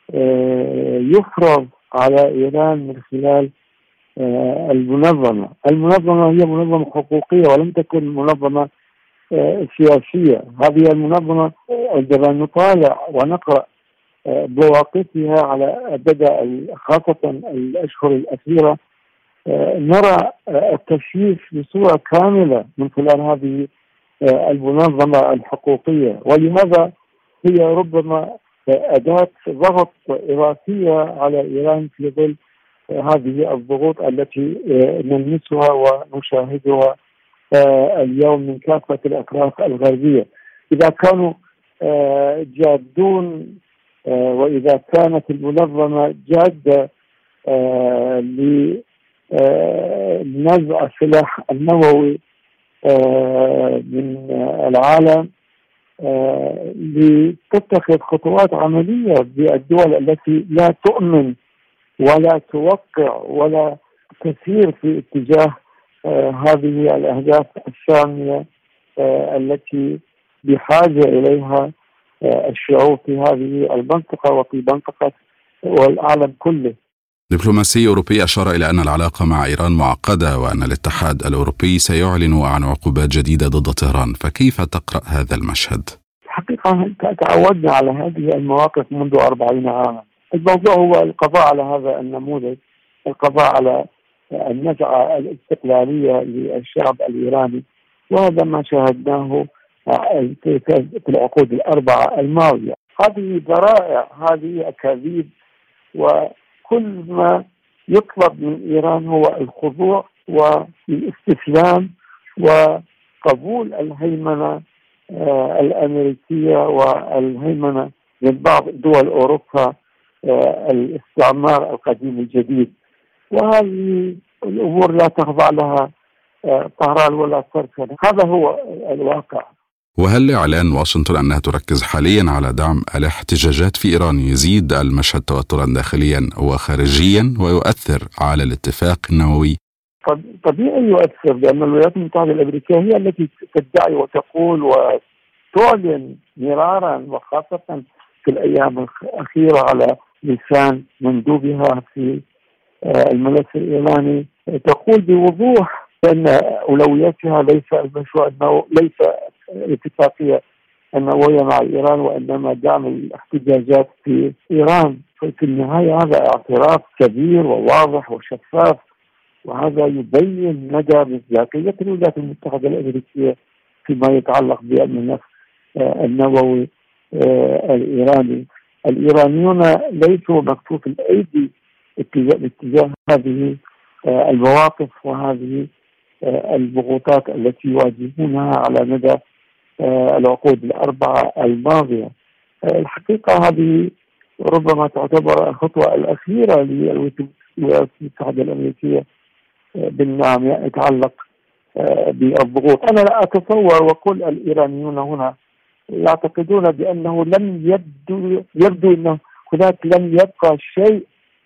يفرض على إيران من خلال المنظمة. المنظمة هي منظمة حقوقية ولم تكن منظمة سياسية. هذه المنظمة عندما نطالع ونقرأ مواقفها على بدء خاصة الأشهر الأخيرة نرى التشويش بصورة كاملة من خلال هذه المنظمة الحقوقية، ولهذا هي ربما أداة ضغط إضافية على إيران في ظل هذه الضغوط التي نلمسها ونشاهدها اليوم من كافة الأطراف الغربية. إذا كانوا جادون وإذا كانت المنظمة جادة لنزع السلاح النووي من العالم لتتخذ خطوات عملية بالدول التي لا تؤمن ولا توقع ولا تسير في اتجاه هذه الأهداف السامية التي بحاجة إليها الشعوب في هذه المنطقة وفي منطقة والعالم كله. دبلوماسي أوروبي أشار إلى أن العلاقة مع إيران معقدة وأن الاتحاد الأوروبي سيعلن عن عقوبات جديدة ضد طهران، فكيف تقرأ هذا المشهد؟ حقيقة تعودنا على هذه المواقف منذ أربعين عاما. الموضوع هو القضاء على هذا النموذج، القضاء على النزعة الاستقلالية للشعب الإيراني، وهذا ما شاهدناه في العقود الأربعة الماضية. هذه ذرائع، هذه أكاذيب، وكل ما يطلب من إيران هو الخضوع والاستسلام وقبول الهيمنة الأمريكية والهيمنة من بعض دول أوروبا الاستعمار القديم الجديد. وهذه الأمور لا تخضع لها طهران ولا تركن. هذا هو الواقع. وهل إعلان واشنطن أنها تركز حاليا على دعم الاحتجاجات في إيران يزيد المشهد توترا داخليا وخارجيا ويؤثر على الاتفاق النووي؟ طبيعي يؤثر، لأن الولايات المتحدة الأمريكية هي التي تدعي وتقول وتعلن مرارا وخاصة في الأيام الأخيرة على لسان مندوبها في الملف الإيراني، تقول بوضوح أن أولوياتها ليس المشروع النووي، ليس الاتفاقية النووية مع إيران، وإنما دعم الاحتجاجات في إيران. في النهاية هذا اعتراف كبير وواضح وشفاف، وهذا يبين مدى مصداقية الولايات المتحدة الأمريكية فيما يتعلق بالملف النووي الإيراني. الإيرانيون ليسوا مكفوف الأيدي اتجاه هذه المواقف وهذه الضغوطات التي يواجهونها على مدى العقود الأربعة الماضية. الحقيقة هذه ربما تعتبر الخطوة الأخيرة للولايات المتحدة الأمريكية بالنعم يتعلق بالضغوط. أنا لا أتصور، وكل الإيرانيون هنا يعتقدون بأنه لم يبدو يبدو أنه هناك لم يبقى شيء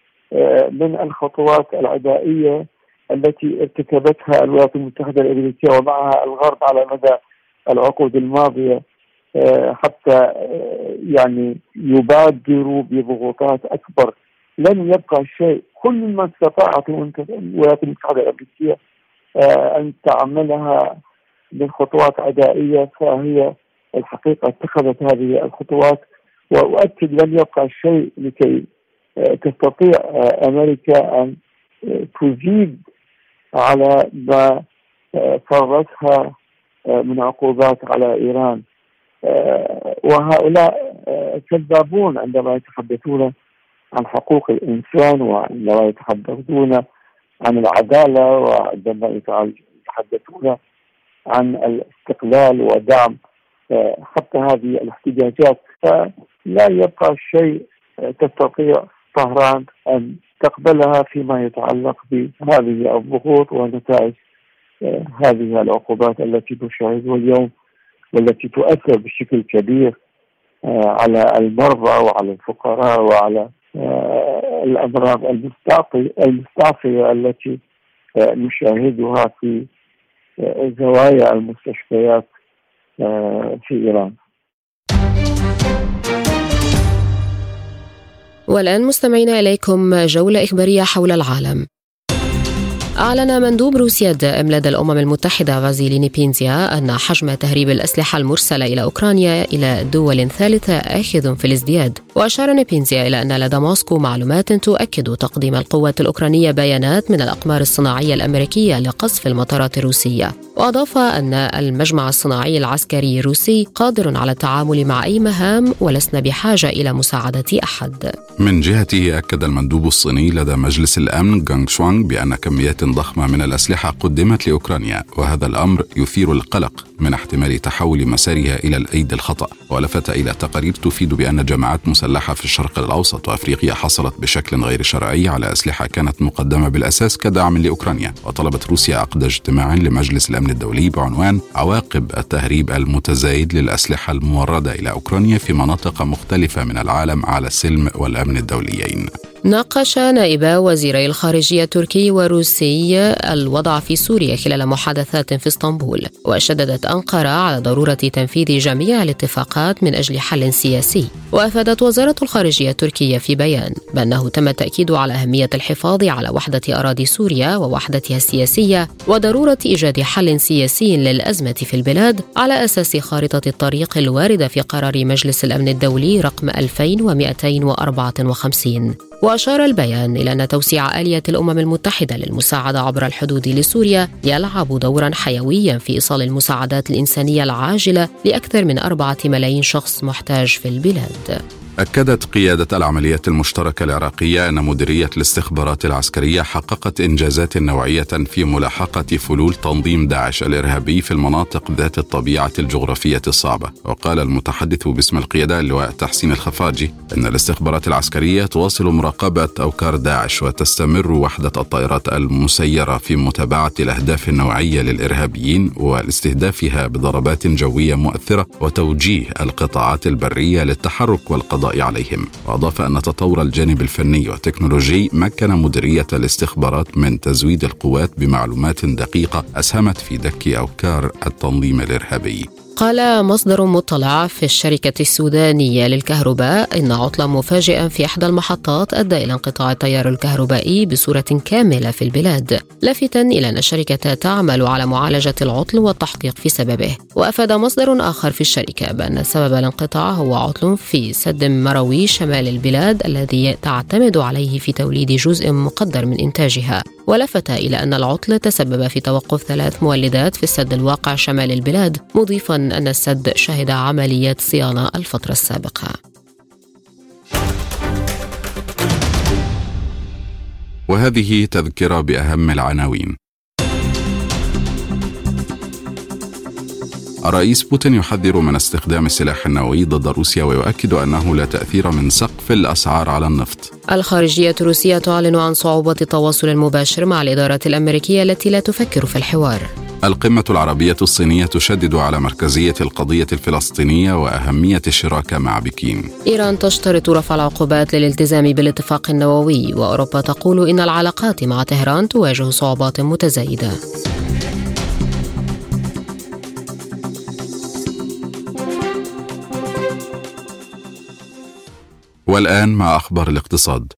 من الخطوات العدائية التي ارتكبتها الولايات المتحدة الأمريكية ومعها الغرب على مدى العقود الماضية حتى يعني يبادروا بضغوطات أكبر. لن يبقى شيء. كل ما استطاعت الولايات المتحدة الأمريكية أن تعملها من خطوات عدائية فهي الحقيقة اتخذت هذه الخطوات، وأؤكد لن يبقى شيء لكي تستطيع أمريكا أن تزيد على ما فرضتها من عقوبات على إيران. وهؤلاء كذابون عندما يتحدثون عن حقوق الإنسان وعندما يتحدثون عن العدالة وعندما يتحدثون عن الاستقلال ودعم حتى هذه الاحتجاجات. فلا يبقى شيء تستطيع طهران أن تقبلها فيما يتعلق بهذه الضغوط ونتائج هذه العقوبات التي نشاهدها اليوم والتي تؤثر بشكل كبير على المرضى وعلى الفقراء وعلى الأمراض المستعصية التي نشاهدها في زوايا المستشفيات في إيران. والآن مستمعين إليكم جولة إخبارية حول العالم. أعلن مندوب روسيا الدائم لدى الأمم المتحدة فازيلي نيبينزيا أن حجم تهريب الأسلحة المرسلة إلى أوكرانيا إلى دول ثالثة آخذ في الازدياد. وأشار نيبينزيا إلى أن لدى موسكو معلومات تؤكد تقديم القوات الأوكرانية بيانات من الأقمار الصناعية الأمريكية لقصف المطارات الروسية. وأضاف أن المجمع الصناعي العسكري الروسي قادر على التعامل مع أي مهام ولسنا بحاجة إلى مساعدة أحد. من جهته أكد المندوب الصيني لدى مجلس الأمن جونغ شوانغ بأن كميات ضخمة من الأسلحة قدمت لأوكرانيا، وهذا الأمر يثير القلق من احتمال تحول مسارها إلى الأيدي الخطأ. ولفت إلى تقارير تفيد بأن جماعات مسلحة في الشرق الأوسط وأفريقيا حصلت بشكل غير شرعي على أسلحة كانت مقدمة بالأساس كدعم لأوكرانيا. وطلبت روسيا عقد اجتماع لمجلس الأمن الدولي بعنوان عواقب التهريب المتزايد للأسلحة الموردة إلى أوكرانيا في مناطق مختلفة من العالم على السلم والأمن الدوليين. ناقش نائبا وزيري الخارجية التركي والروسي الوضع في سوريا خلال محادثات في اسطنبول. وشددت أنقرة على ضرورة تنفيذ جميع الاتفاقات من أجل حل سياسي. وأفادت وزارة الخارجية التركية في بيان بأنه تم التأكيد على أهمية الحفاظ على وحدة أراضي سوريا ووحدتها السياسية وضرورة إيجاد حل سياسي للأزمة في البلاد على أساس خارطة الطريق الواردة في قرار مجلس الأمن الدولي رقم ألفين ومئتين وأربعة وخمسين. وأشار البيان إلى أن توسيع آلية الأمم المتحدة للمساعدة عبر الحدود لسوريا يلعب دورا حيويا في إيصال المساعدات الإنسانية العاجلة لأكثر من أربعة ملايين شخص محتاج في البلاد. أكدت قيادة العمليات المشتركة العراقية أن مديرية الاستخبارات العسكرية حققت إنجازات نوعية في ملاحقة فلول تنظيم داعش الإرهابي في المناطق ذات الطبيعة الجغرافية الصعبة. وقال المتحدث باسم القيادة اللواء تحسين الخفاجي أن الاستخبارات العسكرية تواصل مراقبة أوكار داعش، وتستمر وحدة الطائرات المسيرة في متابعة الأهداف النوعية للإرهابيين واستهدافها بضربات جوية مؤثرة وتوجيه القطاعات البرية للتحرك والقضاء عليهم. وأضاف أن تطور الجانب الفني والتكنولوجي مكن مديرية الاستخبارات من تزويد القوات بمعلومات دقيقة أسهمت في دك أوكار التنظيم الإرهابي. قال مصدر مطلع في الشركة السودانية للكهرباء إن عطلا مفاجئا في إحدى المحطات أدى إلى انقطاع التيار الكهربائي بصورة كاملة في البلاد، لافتاً إلى أن الشركة تعمل على معالجة العطل والتحقيق في سببه. وأفاد مصدر آخر في الشركة بأن سبب الانقطاع هو عطل في سد مروي شمال البلاد الذي تعتمد عليه في توليد جزء مقدر من إنتاجها. ولفت إلى أن العطل تسبب في توقف ثلاث مولدات في السد الواقع شمال البلاد، مضيفاً أن السد شهد عمليات صيانة الفترة السابقة. وهذه تذكرة بأهم العناوين. الرئيس بوتين يحذر من استخدام السلاح النووي ضد روسيا ويؤكد أنه لا تأثير من سقف الأسعار على النفط. الخارجية الروسية تعلن عن صعوبة التواصل المباشر مع الإدارة الأمريكية التي لا تفكر في الحوار. القمة العربية الصينية تشدد على مركزية القضية الفلسطينية وأهمية الشراكة مع بكين. إيران تشترط رفع العقوبات للالتزام بالاتفاق النووي، وأوروبا تقول إن العلاقات مع طهران تواجه صعوبات متزايدة. والآن مع أخبار الاقتصاد.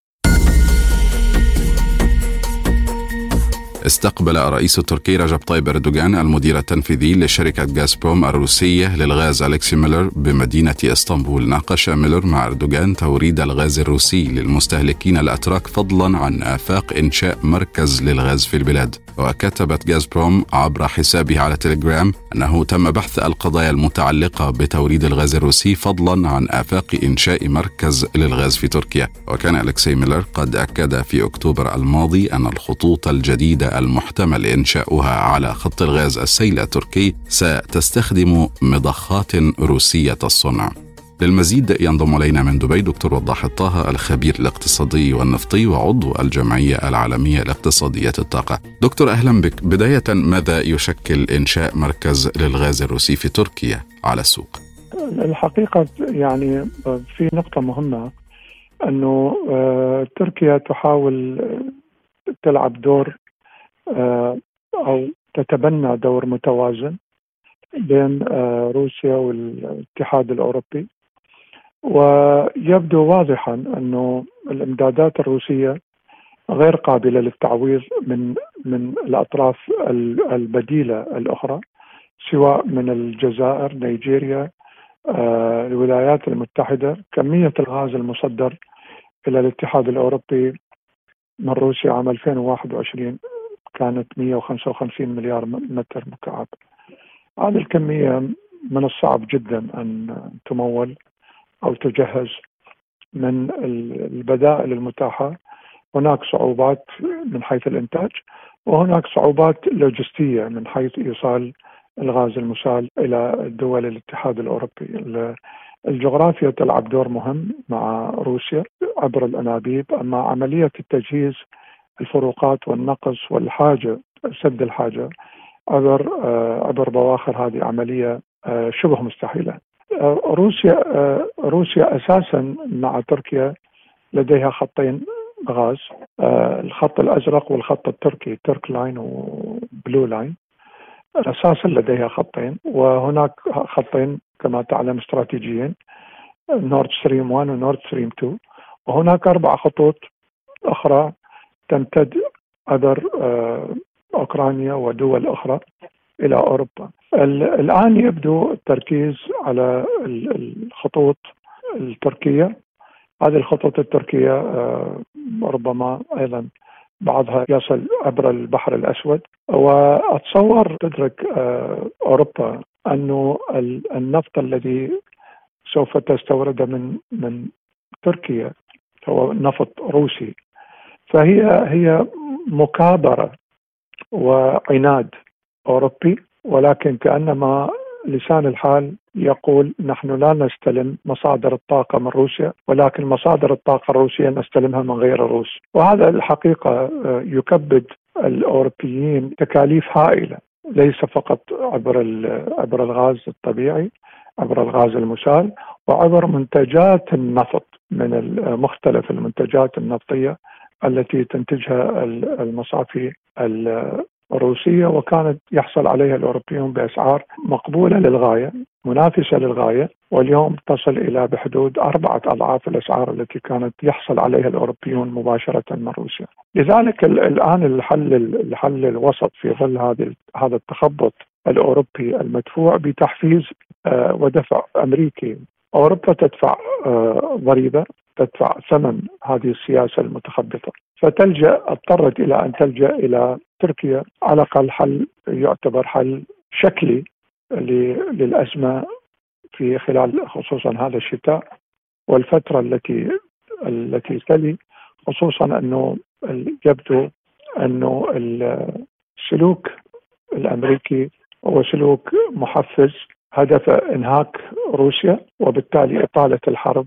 استقبل الرئيس التركي رجب طيب أردوغان المدير التنفيذي لشركة غازبروم الروسية للغاز أليكسي ميلر بمدينة اسطنبول. ناقش ميلر مع أردوغان توريد الغاز الروسي للمستهلكين الأتراك فضلا عن آفاق إنشاء مركز للغاز في البلاد. وكتبت غازبروم عبر حسابها على تيليجرام أنه تم بحث القضايا المتعلقة بتوريد الغاز الروسي فضلا عن آفاق إنشاء مركز للغاز في تركيا. وكان أليكسي ميلر قد أكد في أكتوبر الماضي أن الخطوط الجديدة المحتمل إنشاؤها على خط الغاز السيل التركي ستستخدم مضخات روسية الصنع. للمزيد ينضم إلينا من دبي دكتور وضاح الطه الخبير الاقتصادي والنفطي وعضو الجمعية العالمية لاقتصادية الطاقة. دكتور أهلا بك. بداية، ماذا يشكل إنشاء مركز للغاز الروسي في تركيا على السوق؟ الحقيقة يعني في نقطة مهمة أنه تركيا تحاول تلعب دور أو تتبنى دور متوازن بين روسيا والاتحاد الأوروبي. ويبدو واضحا أنه الإمدادات الروسية غير قابلة للتعويض من من الأطراف البديلة الأخرى، سواء من الجزائر، نيجيريا، آه، الولايات المتحدة. كمية الغاز المصدر إلى الاتحاد الأوروبي من روسيا عام ألفين وواحد وعشرين كانت مئة وخمسة وخمسين مليار متر مكعب. هذه الكمية من الصعب جدا أن تمول أو تجهز من البدائل المتاحة. هناك صعوبات من حيث الإنتاج، وهناك صعوبات لوجستية من حيث إيصال الغاز المسال إلى دول الاتحاد الأوروبي. الجغرافيا تلعب دور مهم مع روسيا عبر الأنابيب، أما عملية التجهيز، الفروقات والنقص والحاجة، سد الحاجة عبر عبر بواخر، هذه عملية شبه مستحيلة. روسيا روسيا أساسا مع تركيا لديها خطين غاز، الخط الأزرق والخط التركي، ترك لاين وبلو لاين. أساسا لديها خطين، وهناك خطين كما تعلم استراتيجيين، نورد ستريم واحد ونورد ستريم اثنين، وهناك أربع خطوط أخرى تمتد عبر أوكرانيا ودول أخرى إلى أوروبا. الآن يبدو التركيز على الخطوط التركية. هذه الخطوط التركية ربما أيضا بعضها يصل عبر البحر الأسود، وأتصور تدرك أوروبا أنه النفط الذي سوف تستورده من من تركيا هو نفط روسي، فهي هي مكابرة وعناد أوروبي، ولكن كأنما لسان الحال يقول نحن لا نستلم مصادر الطاقة من روسيا، ولكن مصادر الطاقة الروسية نستلمها من غير الروس. وهذا الحقيقة يكبد الأوروبيين تكاليف هائلة، ليس فقط عبر عبر الغاز الطبيعي، عبر الغاز المسال، وعبر منتجات النفط من مختلف المنتجات النفطية التي تنتجها المصافي الروسية، وكانت يحصل عليها الأوروبيون بأسعار مقبولة للغاية، منافسة للغاية، واليوم تصل إلى بحدود أربعة أضعاف الأسعار التي كانت يحصل عليها الأوروبيون مباشرة من روسيا. لذلك الآن الحل الحل الوسط في ظل هذا هذا التخبط الأوروبي المدفوع بتحفيز ودفع أمريكي. أوروبا تدفع ضريبة، تدفع ثمن هذه السياسة المتخبطة، فتلجأ اضطرت إلى أن تلجأ إلى تركيا على الأقل حل يعتبر حل شكلي للأزمة في خلال خصوصا هذا الشتاء والفترة التي التي تلي، خصوصا أنه يبدو أنه السلوك الأمريكي هو سلوك محفز هدف إنهاك روسيا وبالتالي إطالة الحرب.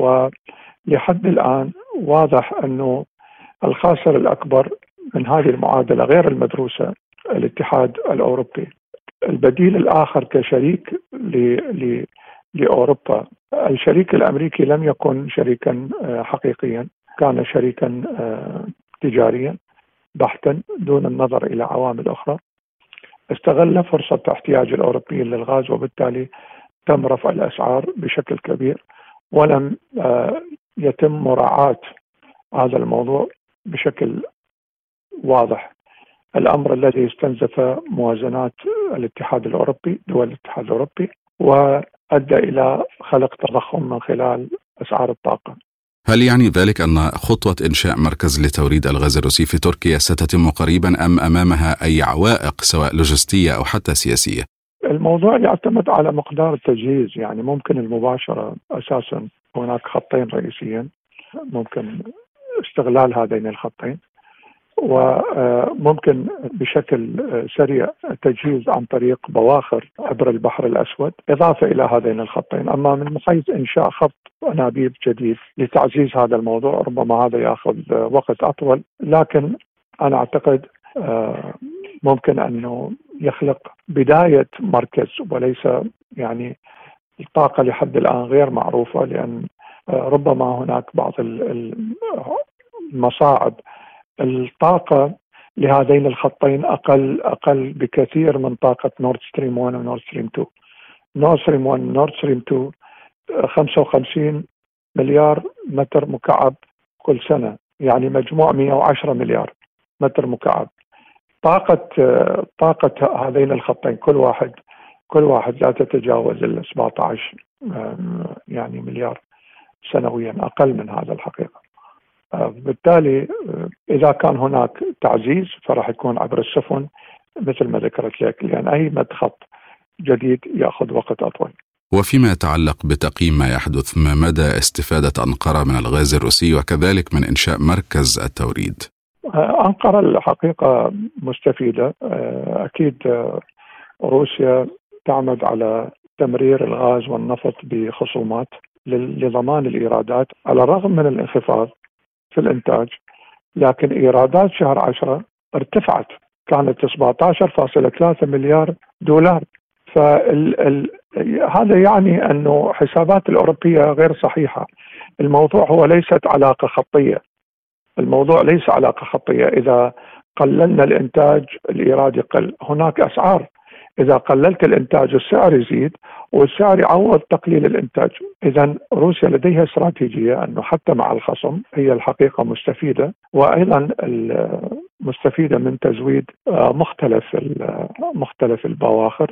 ولحد الآن واضح أنه الخاسر الأكبر من هذه المعادلة غير المدروسة الاتحاد الأوروبي. البديل الآخر كشريك ل لأوروبا، الشريك الأمريكي لم يكن شريكا حقيقيا، كان شريكا تجاريا بحتا دون النظر إلى عوامل أخرى. استغل فرصة احتياج الأوروبيين للغاز، وبالتالي تم رفع الأسعار بشكل كبير، ولم يتم مراعاة هذا الموضوع بشكل واضح، الأمر الذي استنزف موازنات الاتحاد الأوروبي، دول الاتحاد الأوروبي، وأدى إلى خلق تضخم من خلال أسعار الطاقة. هل يعني ذلك أن خطوة إنشاء مركز لتوريد الغاز الروسي في تركيا ستتم قريبا، أم أمامها أي عوائق سواء لوجستية أو حتى سياسية؟ الموضوع يعتمد على مقدار التجهيز، يعني ممكن المباشرة أساسا هناك خطين رئيسيين، ممكن استغلال هذين الخطين، وممكن بشكل سريع التجهيز عن طريق بواخر عبر البحر الأسود إضافة إلى هذين الخطين. أما من حيث إنشاء خط أنابيب جديد لتعزيز هذا الموضوع ربما هذا يأخذ وقت أطول، لكن أنا أعتقد ممكن أنه يخلق بداية مركز، وليس يعني الطاقة لحد الآن غير معروفة، لأن ربما هناك بعض المصاعب. الطاقة لهذين الخطين أقل أقل بكثير من طاقة نورد ستريم واحد ونورد ستريم اثنين. نورد ستريم واحد ونورد ستريم اثنين خمسة وخمسين مليار متر مكعب كل سنة، يعني مجموع مئة وعشرة مليار متر مكعب. طاقة طاقة هذين الخطين كل واحد كل واحد لا تتجاوز ال سبعة عشر يعني مليار سنويا، أقل من هذا الحقيقة. بالتالي إذا كان هناك تعزيز فراح يكون عبر السفن مثل ما ذكرت لك، لأن أي مد خط جديد يأخذ وقت أطول. وفيما يتعلق بتقييم ما يحدث، ما مدى استفادة أنقرة من الغاز الروسي وكذلك من إنشاء مركز التوريد؟ أنقرة الحقيقة مستفيدة. أكيد روسيا تعمد على تمرير الغاز والنفط بخصومات لضمان الإيرادات على الرغم من الانخفاض في الإنتاج، لكن إيرادات شهر عشرة ارتفعت، كانت سبعة عشر فاصلة ثلاثة مليار دولار. فهذا يعني أنه حسابات الأوروبية غير صحيحة. الموضوع هو ليست علاقة خطية، الموضوع ليس علاقة خطية. إذا قللنا الإنتاج الإيراد يقل، هناك أسعار، إذا قللت الإنتاج السعر يزيد والسعر يعوض تقليل الإنتاج. إذن روسيا لديها استراتيجية أنه حتى مع الخصم هي الحقيقة مستفيدة، وأيضا مستفيدة من تزويد مختلف مختلف البواخر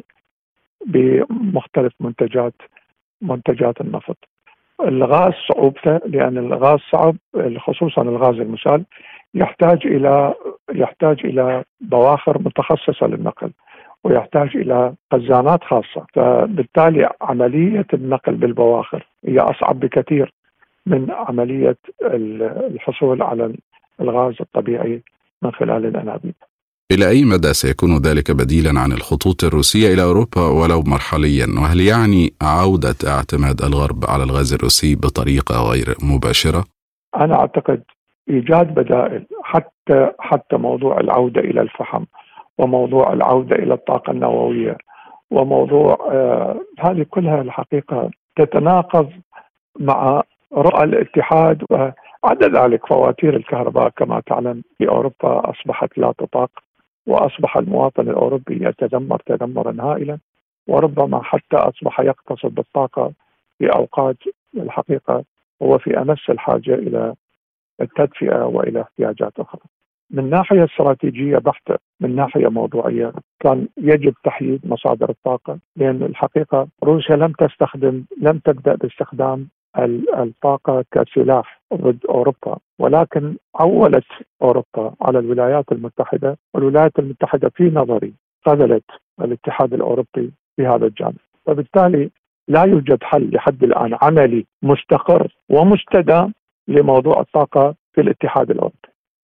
بمختلف منتجات منتجات النفط. الغاز صعوبته لأن الغاز صعب، خصوصا الغاز المسال يحتاج إلى يحتاج إلى بواخر متخصصة للنقل، ويحتاج إلى خزانات خاصة، فبالتالي عملية النقل بالبواخر هي أصعب بكثير من عملية الحصول على الغاز الطبيعي من خلال الأنابيب. إلى أي مدى سيكون ذلك بديلا عن الخطوط الروسية إلى أوروبا ولو مرحليا؟ وهل يعني عودة اعتماد الغرب على الغاز الروسي بطريقة غير مباشرة؟ أنا أعتقد إيجاد بدائل، حتى حتى موضوع العودة إلى الفحم، وموضوع العودة إلى الطاقة النووية، وموضوع آه هذه كلها الحقيقة تتناقض مع رؤى الاتحاد. وعدا ذلك فواتير الكهرباء كما تعلم في أوروبا أصبحت لا تطاق، وأصبح المواطن الأوروبي يتذمر تذمرا هائلا، وربما حتى أصبح يقتصد بالطاقة في أوقات الحقيقة هو في أمس الحاجة إلى التدفئة وإلى احتياجات أخرى. من ناحية استراتيجية بحتة، من ناحية موضوعية، كان يجب تحييد مصادر الطاقة، لأن الحقيقة روسيا لم تستخدم لم تبدأ باستخدام الطاقة كسلاح ضد أوروبا، ولكن عولت أوروبا على الولايات المتحدة، والولايات المتحدة في نظري خذلت الاتحاد الأوروبي في هذا الجانب. وبالتالي لا يوجد حل لحد الآن عملي مستقر ومستدام لموضوع الطاقة في الاتحاد الأوروبي.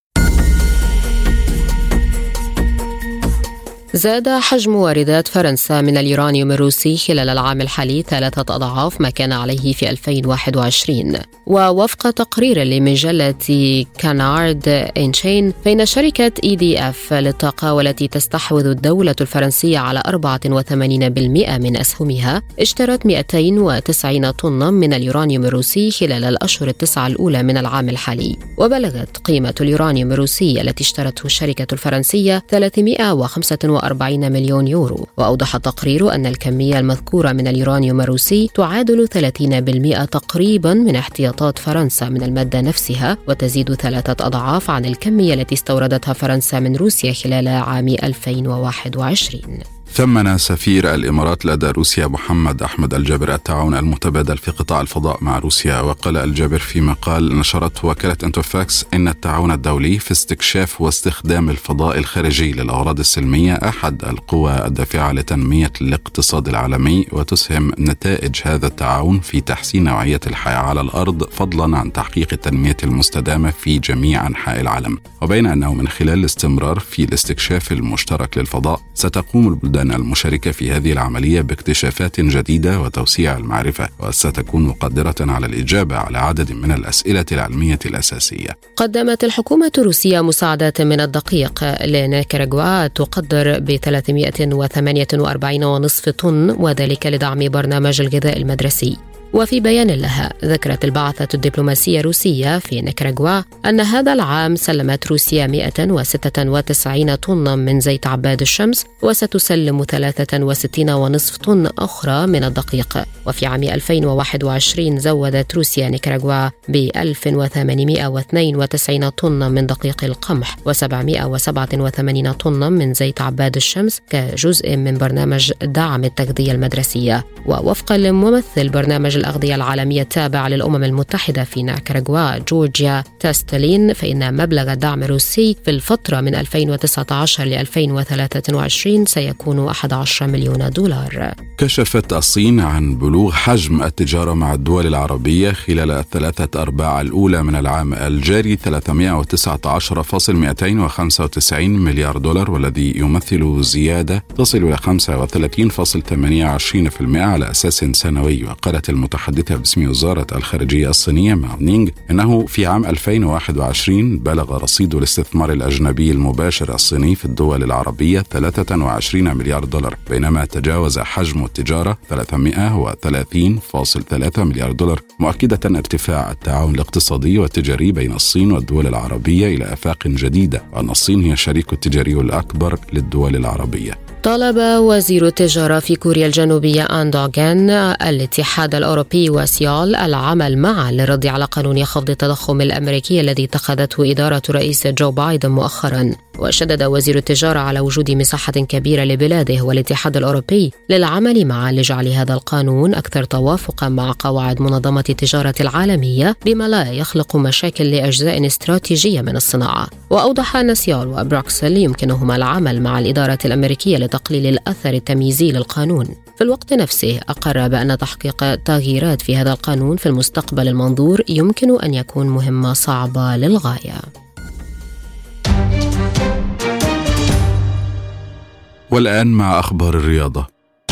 زاد حجم واردات فرنسا من اليورانيوم الروسي خلال العام الحالي ثلاثة أضعاف ما كان عليه في ألفين وواحد وعشرين. ووفق تقرير لمجلة كانارد إنشين، فإن شركة إي دي إف للطاقة والتي تستحوذ الدولة الفرنسية على أربعة وثمانين بالمئة من أسهمها اشترت مئتين وتسعين طنا من اليورانيوم الروسي خلال الأشهر التسعة الأولى من العام الحالي. وبلغت قيمة اليورانيوم الروسي التي اشترته الشركة الفرنسية ثلاثمئة وخمسة وأربعين مليون يورو. وأوضح التقرير أن الكمية المذكورة من اليورانيوم الروسي تعادل ثلاثين بالمئة تقريبا من احتياطات فرنسا من المادة نفسها، وتزيد ثلاثة أضعاف عن الكمية التي استوردتها فرنسا من روسيا خلال عام ألفين وواحد وعشرين. ثمن سفير الإمارات لدى روسيا محمد أحمد الجابر التعاون المتبادل في قطاع الفضاء مع روسيا. وقال الجابر في مقال نشرته وكالة انتوفاكس إن التعاون الدولي في استكشاف واستخدام الفضاء الخارجي للأغراض السلمية أحد القوى الدافعة لتنمية الاقتصاد العالمي، وتسهم نتائج هذا التعاون في تحسين نوعية الحياة على الأرض فضلا عن تحقيق التنمية المستدامة في جميع أنحاء العالم. وبين أنه من خلال الاستمرار في الاستكشاف المشترك للفضاء ستقوم البلدان المشاركة في هذه العملية باكتشافات جديدة وتوسيع المعرفة، وستكون قادرة على الإجابة على عدد من الأسئلة العلمية الأساسية. قدمت الحكومة الروسية مساعدات من الدقيق لنيكاراغوا تقدر ب ثلاثمئة وثمانية وأربعين فاصلة خمسة طن، وذلك لدعم برنامج الغذاء المدرسي. وفي بيان لها ذكرت البعثة الدبلوماسية الروسية في نيكاراغوا أن هذا العام سلمت روسيا مئة وستة وتسعين طنا من زيت عباد الشمس، وستسلم ثلاثة وستين ونصف طن أخرى من الدقيق. وفي عام ألفين وواحد وعشرين زودت روسيا نيكاراغوا ب ألف وثمانمئة واثنين وتسعين طنا من دقيق القمح وسبعمئة وسبعة وثمانين طنا من زيت عباد الشمس كجزء من برنامج دعم التغذية المدرسية. ووفقا لممثل برنامج الأغذية العالمية التابع للأمم المتحدة في نيكاراغوا جورجيا تاستلين، فإن مبلغ الدعم الروسي في الفترة من ألفين وتسعة عشر ل ألفين وثلاثة وعشرين سيكون أحد عشر مليون دولار. كشفت الصين عن بلوغ حجم التجارة مع الدول العربية خلال الثلاثة أرباع الأولى من العام الجاري ثلاثمئة وتسعة عشر فاصل مئتين وخمسة وتسعين مليار دولار، والذي يمثل زيادة تصل إلى خمسة وثلاثين فاصل ثمانية وعشرين بالمئة على أساس سنوي. وقالت المتحدثة باسم وزارة الخارجية الصينية ماو نينغ إنه في عام ألفين وواحد وعشرين بلغ رصيد الاستثمار الأجنبي المباشر الصيني في الدول العربية ثلاثة وعشرين مليار دولار، بينما تجاوز حجم التجارة ثلاثمئة وثلاثين فاصل ثلاثة مليار دولار، مؤكدة ارتفاع التعاون الاقتصادي والتجاري بين الصين والدول العربية إلى آفاق جديدة، وأن الصين هي الشريك التجاري الأكبر للدول العربية. طالب وزير التجارة في كوريا الجنوبية آن دوغان الاتحاد الأوروبي وسيول العمل معا للرد على قانون خفض التضخم الأمريكي الذي اتخذته إدارة رئيس جو بايدن مؤخرا. وشدد وزير التجارة على وجود مساحة كبيرة لبلاده والاتحاد الأوروبي للعمل معا لجعل هذا القانون أكثر توافقا مع قواعد منظمة التجارة العالمية بما لا يخلق مشاكل لأجزاء استراتيجية من الصناعة. وأوضح أن سيول وبروكسل يمكنهما العمل مع الإدارة الأمريكية لتقليل الأثر التمييزي للقانون. في الوقت نفسه أقر بأن تحقيق تغييرات في هذا القانون في المستقبل المنظور يمكن أن يكون مهمة صعبة للغاية. والآن مع أخبار الرياضة.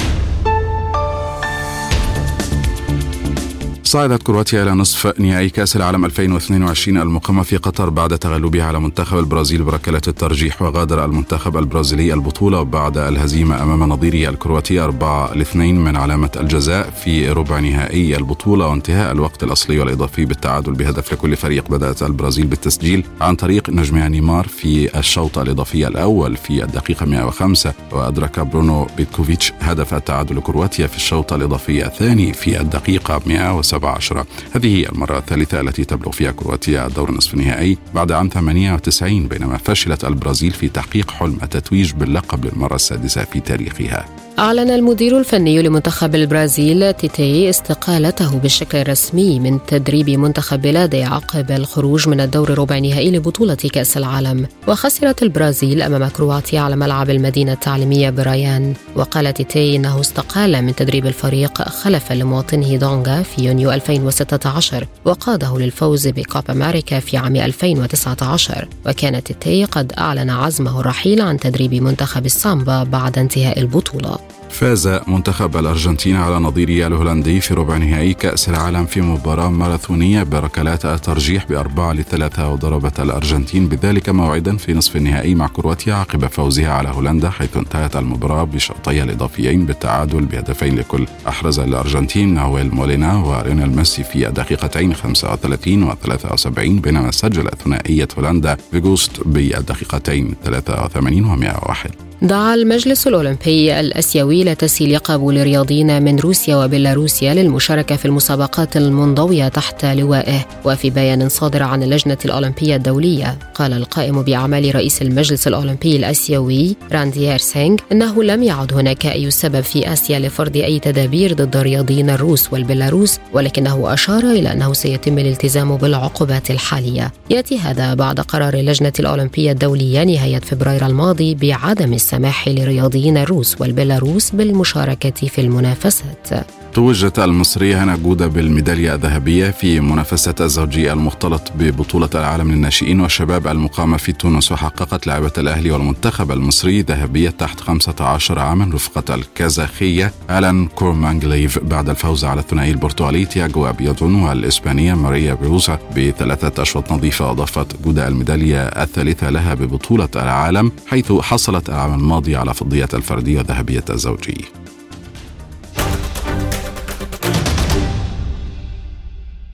صعدت كرواتيا إلى نصف نهائي كأس العالم ألفين واثنين وعشرين المقامة في قطر بعد تغلبها على منتخب البرازيل بركلات الترجيح. وغادر المنتخب البرازيلي البطولة بعد الهزيمة أمام نظيره الكرواتي أربعة لاثنين من علامة الجزاء في ربع نهائي البطولة، وانتهاء الوقت الأصلي والإضافي بالتعادل بهدف لكل فريق. بدأت البرازيل بالتسجيل عن طريق نجمها نيمار في الشوط الإضافي الأول في الدقيقة مئة وخمسة، وأدرك برونو بيتكوفيتش هدف التعادل لكرواتيا في الشوط الإضافي الثاني في الدقيقة مئة وسبعة عشر. هذه المرة الثالثة التي تبلغ فيها كرواتيا دور نصف النهائي بعد عام ثمانية وتسعين، بينما فشلت البرازيل في تحقيق حلم التتويج باللقب للمرة السادسة في تاريخها. أعلن المدير الفني لمنتخب البرازيل تيتي استقالته بشكل رسمي من تدريب منتخب بلاده عقب الخروج من الدور الربع نهائي لبطولة كأس العالم. وخسرت البرازيل أمام كرواتيا على ملعب المدينة التعليمية برايان. وقال تيتي إنه استقال من تدريب الفريق خلفا لمواطنه دونغا في يونيو ألفين وستة عشر وقاده للفوز بكوبا أمريكا في عام ألفين وتسعة عشر. وكان تيتي قد أعلن عزمه الرحيل عن تدريب منتخب السامبا بعد انتهاء البطولة. فاز منتخب الأرجنتين على نظيره الهولندي في ربع نهائي كأس العالم في مباراة ماراثونية بركلات الترجيح بأربعة لثلاثة، وضربت الأرجنتين بذلك موعدا في نصف النهائي مع كرواتيا عقب فوزها على هولندا، حيث انتهت المباراة بشوطيها الإضافيين بالتعادل بهدفين لكل. أحرز الأرجنتين ناويل مولينا ورينال ميسي في الدقيقتين خمسة وثلاثين وثلاثة وسبعين، بينما سجل ثنائية هولندا فيغوست بالدقيقتين ثلاثة وثمانين ومئة وواحد. دعا المجلس الأولمبي الآسيوي لتسهيل قبول الرياضيين من روسيا وبيلاروسيا للمشاركة في المسابقات المنضوية تحت لوائه. وفي بيان صادر عن اللجنة الأولمبية الدولية قال القائم بأعمال رئيس المجلس الأولمبي الآسيوي رانديير سينغ إنه لم يعد هناك أي سبب في آسيا لفرض أي تدابير ضد الرياضيين الروس والبيلاروس، ولكنه أشار إلى أنه سيتم الالتزام بالعقوبات الحالية. يأتي هذا بعد قرار اللجنة الأولمبية الدولية نهاية فبراير الماضي بعدم السماح للرياضيين الروس والبيلاروس بالمشاركة في المنافسات. توجت المصرية هنا جودة بالميدالية الذهبية في منافسة الزوجي المختلط ببطولة العالم للناشئين والشباب المقامة في تونس. وحققت لاعبة الأهلي والمنتخب المصري ذهبية تحت خمسة عشر عاما رفقة الكازاخية ألان كورمانغليف بعد الفوز على الثنائي البرتغالي تياغو أبيضون والإسبانية ماريا بروسا بثلاثة أشواط نظيفة. أضافت جودة الميدالية الثالثة لها ببطولة العالم، حيث حصلت العام الماضي على فضية الفردية وذهبية الزوجي.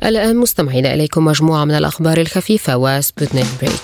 الآن مستمعين إليكم مجموعة من الأخبار الخفيفة وسبوتنيك بريك.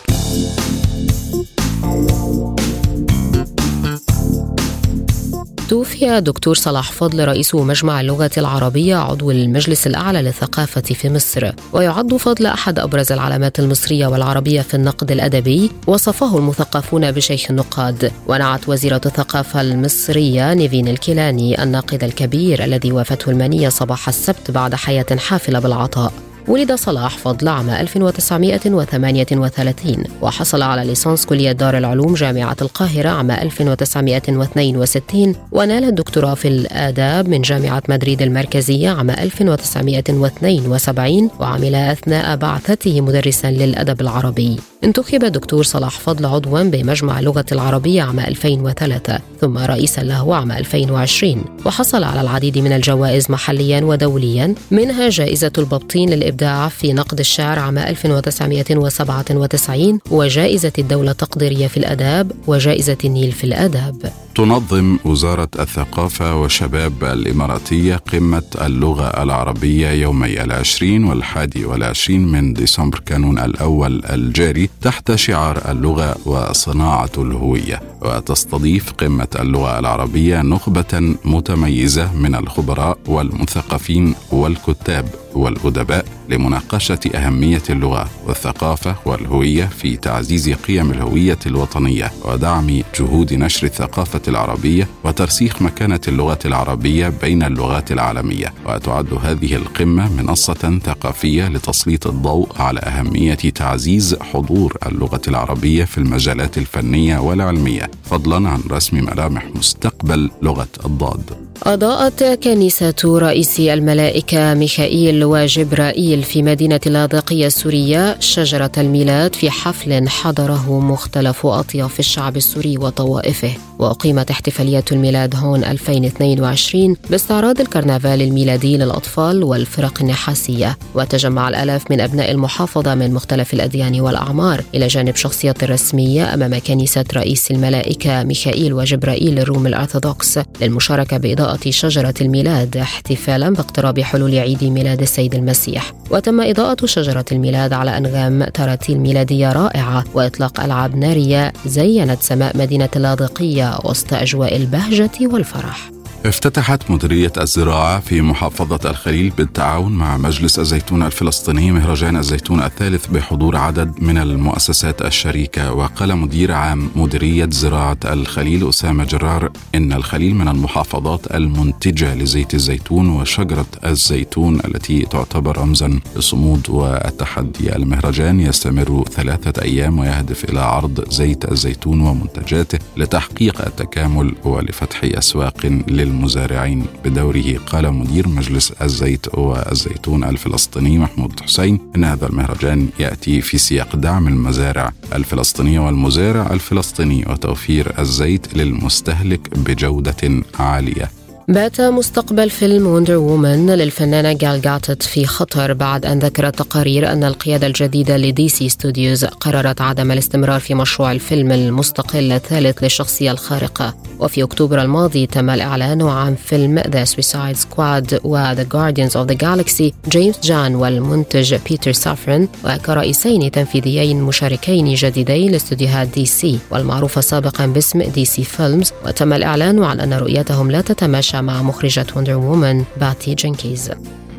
توفي دكتور صلاح فضل رئيس مجمع اللغة العربية عضو المجلس الأعلى للثقافة في مصر، ويعد فضل أحد أبرز العلامات المصرية والعربية في النقد الأدبي، وصفه المثقفون بشيخ النقاد. ونعت وزيرة الثقافة المصرية نيفين الكيلاني الناقد الكبير الذي وافته المنية صباح السبت بعد حياة حافلة بالعطاء. ولد صلاح فضل عام ألف وتسعمائة وثمانية وثلاثين، وحصل على ليسانس كلية دار العلوم جامعة القاهرة عام ألف وتسعمائة واثنين وستين، ونال الدكتوراه في الآداب من جامعة مدريد المركزية عام ألف وتسعمائة واثنين وسبعين، وعمل أثناء بعثته مدرسا للأدب العربي. انتخب دكتور صلاح فضل عضوا بمجمع اللغة العربية عام ألفين وثلاثة، ثم رئيسا له عام ألفين وعشرين، وحصل على العديد من الجوائز محليا ودوليا، منها جائزة الببطين للإبداع في نقد الشعر عام ألف وتسعمائة وسبعة وتسعين، وجائزة الدولة التقديرية في الآداب، وجائزة النيل في الآداب. تنظم وزارة الثقافة والشباب الإماراتية قمة اللغة العربية يومي العشرين والحادي والعشرين من ديسمبر كانون الأول الجاري تحت شعار اللغة وصناعة الهوية، وتستضيف قمة اللغة العربية نخبة متميزة من الخبراء والمثقفين والكتاب والأدباء لمناقشة أهمية اللغة والثقافة والهوية في تعزيز قيم الهوية الوطنية ودعم جهود نشر الثقافة العربية وترسيخ مكانة اللغة العربية بين اللغات العالمية. وتعد هذه القمة منصة ثقافية لتسليط الضوء على أهمية تعزيز حضور اللغة العربية في المجالات الفنية والعلمية، فضلا عن رسم ملامح مستقبل لغة الضاد. أضاءت كنيسة رئيسي الملائكة ميخائيل وجبرائيل في مدينة اللاذقية السورية شجرة الميلاد في حفل حضره مختلف أطياف الشعب السوري وطوائفه. وأقيمت احتفالية الميلاد هون ألفين واثنين وعشرين باستعراض الكرنفال الميلادي للأطفال والفرق النحاسية، وتجمع الآلاف من أبناء المحافظة من مختلف الأديان والأعمار إلى جانب شخصيات رسمية أمام كنيسة رئيس الملائكة ميخائيل وجبرائيل الروم الأرثوذكس للمشاركة بإضاءة شجرة الميلاد احتفالا باقتراب حلول عيد ميلاد السيد المسيح. وتم إضاءة شجرة الميلاد على أنغام تراتيل ميلادية رائعة وإطلاق ألعاب نارية زينت سماء مدينة اللاذقية وسط أجواء البهجة والفرح. افتتحت مديرية الزراعة في محافظة الخليل بالتعاون مع مجلس الزيتون الفلسطيني مهرجان الزيتون الثالث بحضور عدد من المؤسسات الشريكة. وقال مدير عام مديرية زراعة الخليل أسامة جرار إن الخليل من المحافظات المنتجة لزيت الزيتون وشجرة الزيتون التي تعتبر رمزا للصمود والتحدي. المهرجان يستمر ثلاثة أيام ويهدف إلى عرض زيت الزيتون ومنتجاته لتحقيق التكامل ولفتح أسواق لل المزارعين بدوره. قال مدير مجلس الزيت والزيتون الفلسطيني محمود حسين إن هذا المهرجان يأتي في سياق دعم المزارع الفلسطينية والمزارع الفلسطيني وتوفير الزيت للمستهلك بجودة عالية. بات مستقبل فيلم وندر وومن للفنانة جال جاتت في خطر بعد أن ذكرت تقارير أن القيادة الجديدة لدي سي ستوديوز قررت عدم الاستمرار في مشروع الفيلم المستقل الثالث للشخصية الخارقة. وفي أكتوبر الماضي تم الإعلان عن فيلم The Suicide Squad و The Guardians of the Galaxy جيمس جان والمنتج بيتر سافرن وكرئيسين تنفيذيين مشاركين جديدين لاستوديوهات دي سي والمعروفة سابقا باسم دي سي فيلمز. وتم الإعلان عن أن رؤيتهم لا تتماشى مع مخرجة وندر وومن باتي جينكيز.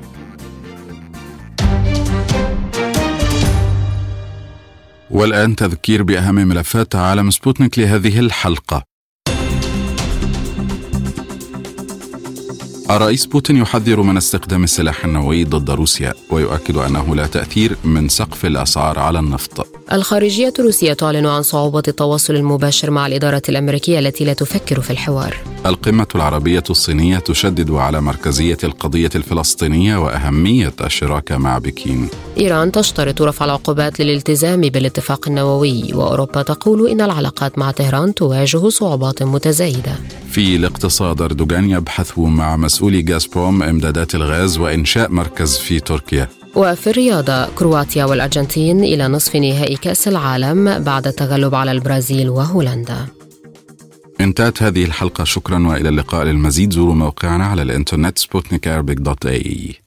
والآن تذكير بأهم ملفات عالم سبوتنيك لهذه الحلقة. الرئيس بوتين يحذر من استخدام السلاح النووي ضد روسيا ويؤكد أنه لا تأثير من سقف الأسعار على النفط. الخارجية الروسية تعلن عن صعوبة التواصل المباشر مع الإدارة الأمريكية التي لا تفكر في الحوار. القمة العربية الصينية تشدد على مركزية القضية الفلسطينية وأهمية الشراكة مع بكين. إيران تشترط رفع العقوبات للالتزام بالاتفاق النووي، وأوروبا تقول إن العلاقات مع طهران تواجه صعوبات متزايدة. في الاقتصاد أردوغان يبحث مع مسؤولي غازبروم إمدادات الغاز وإنشاء مركز في تركيا. وفي الرياضة كرواتيا والأرجنتين إلى نصف نهائي كأس العالم بعد التغلب على البرازيل وهولندا. انتهت هذه الحلقة، شكرا وإلى اللقاء. للمزيد زوروا موقعنا على الإنترنت سبوتنيك أرابيك دوت إيه إي.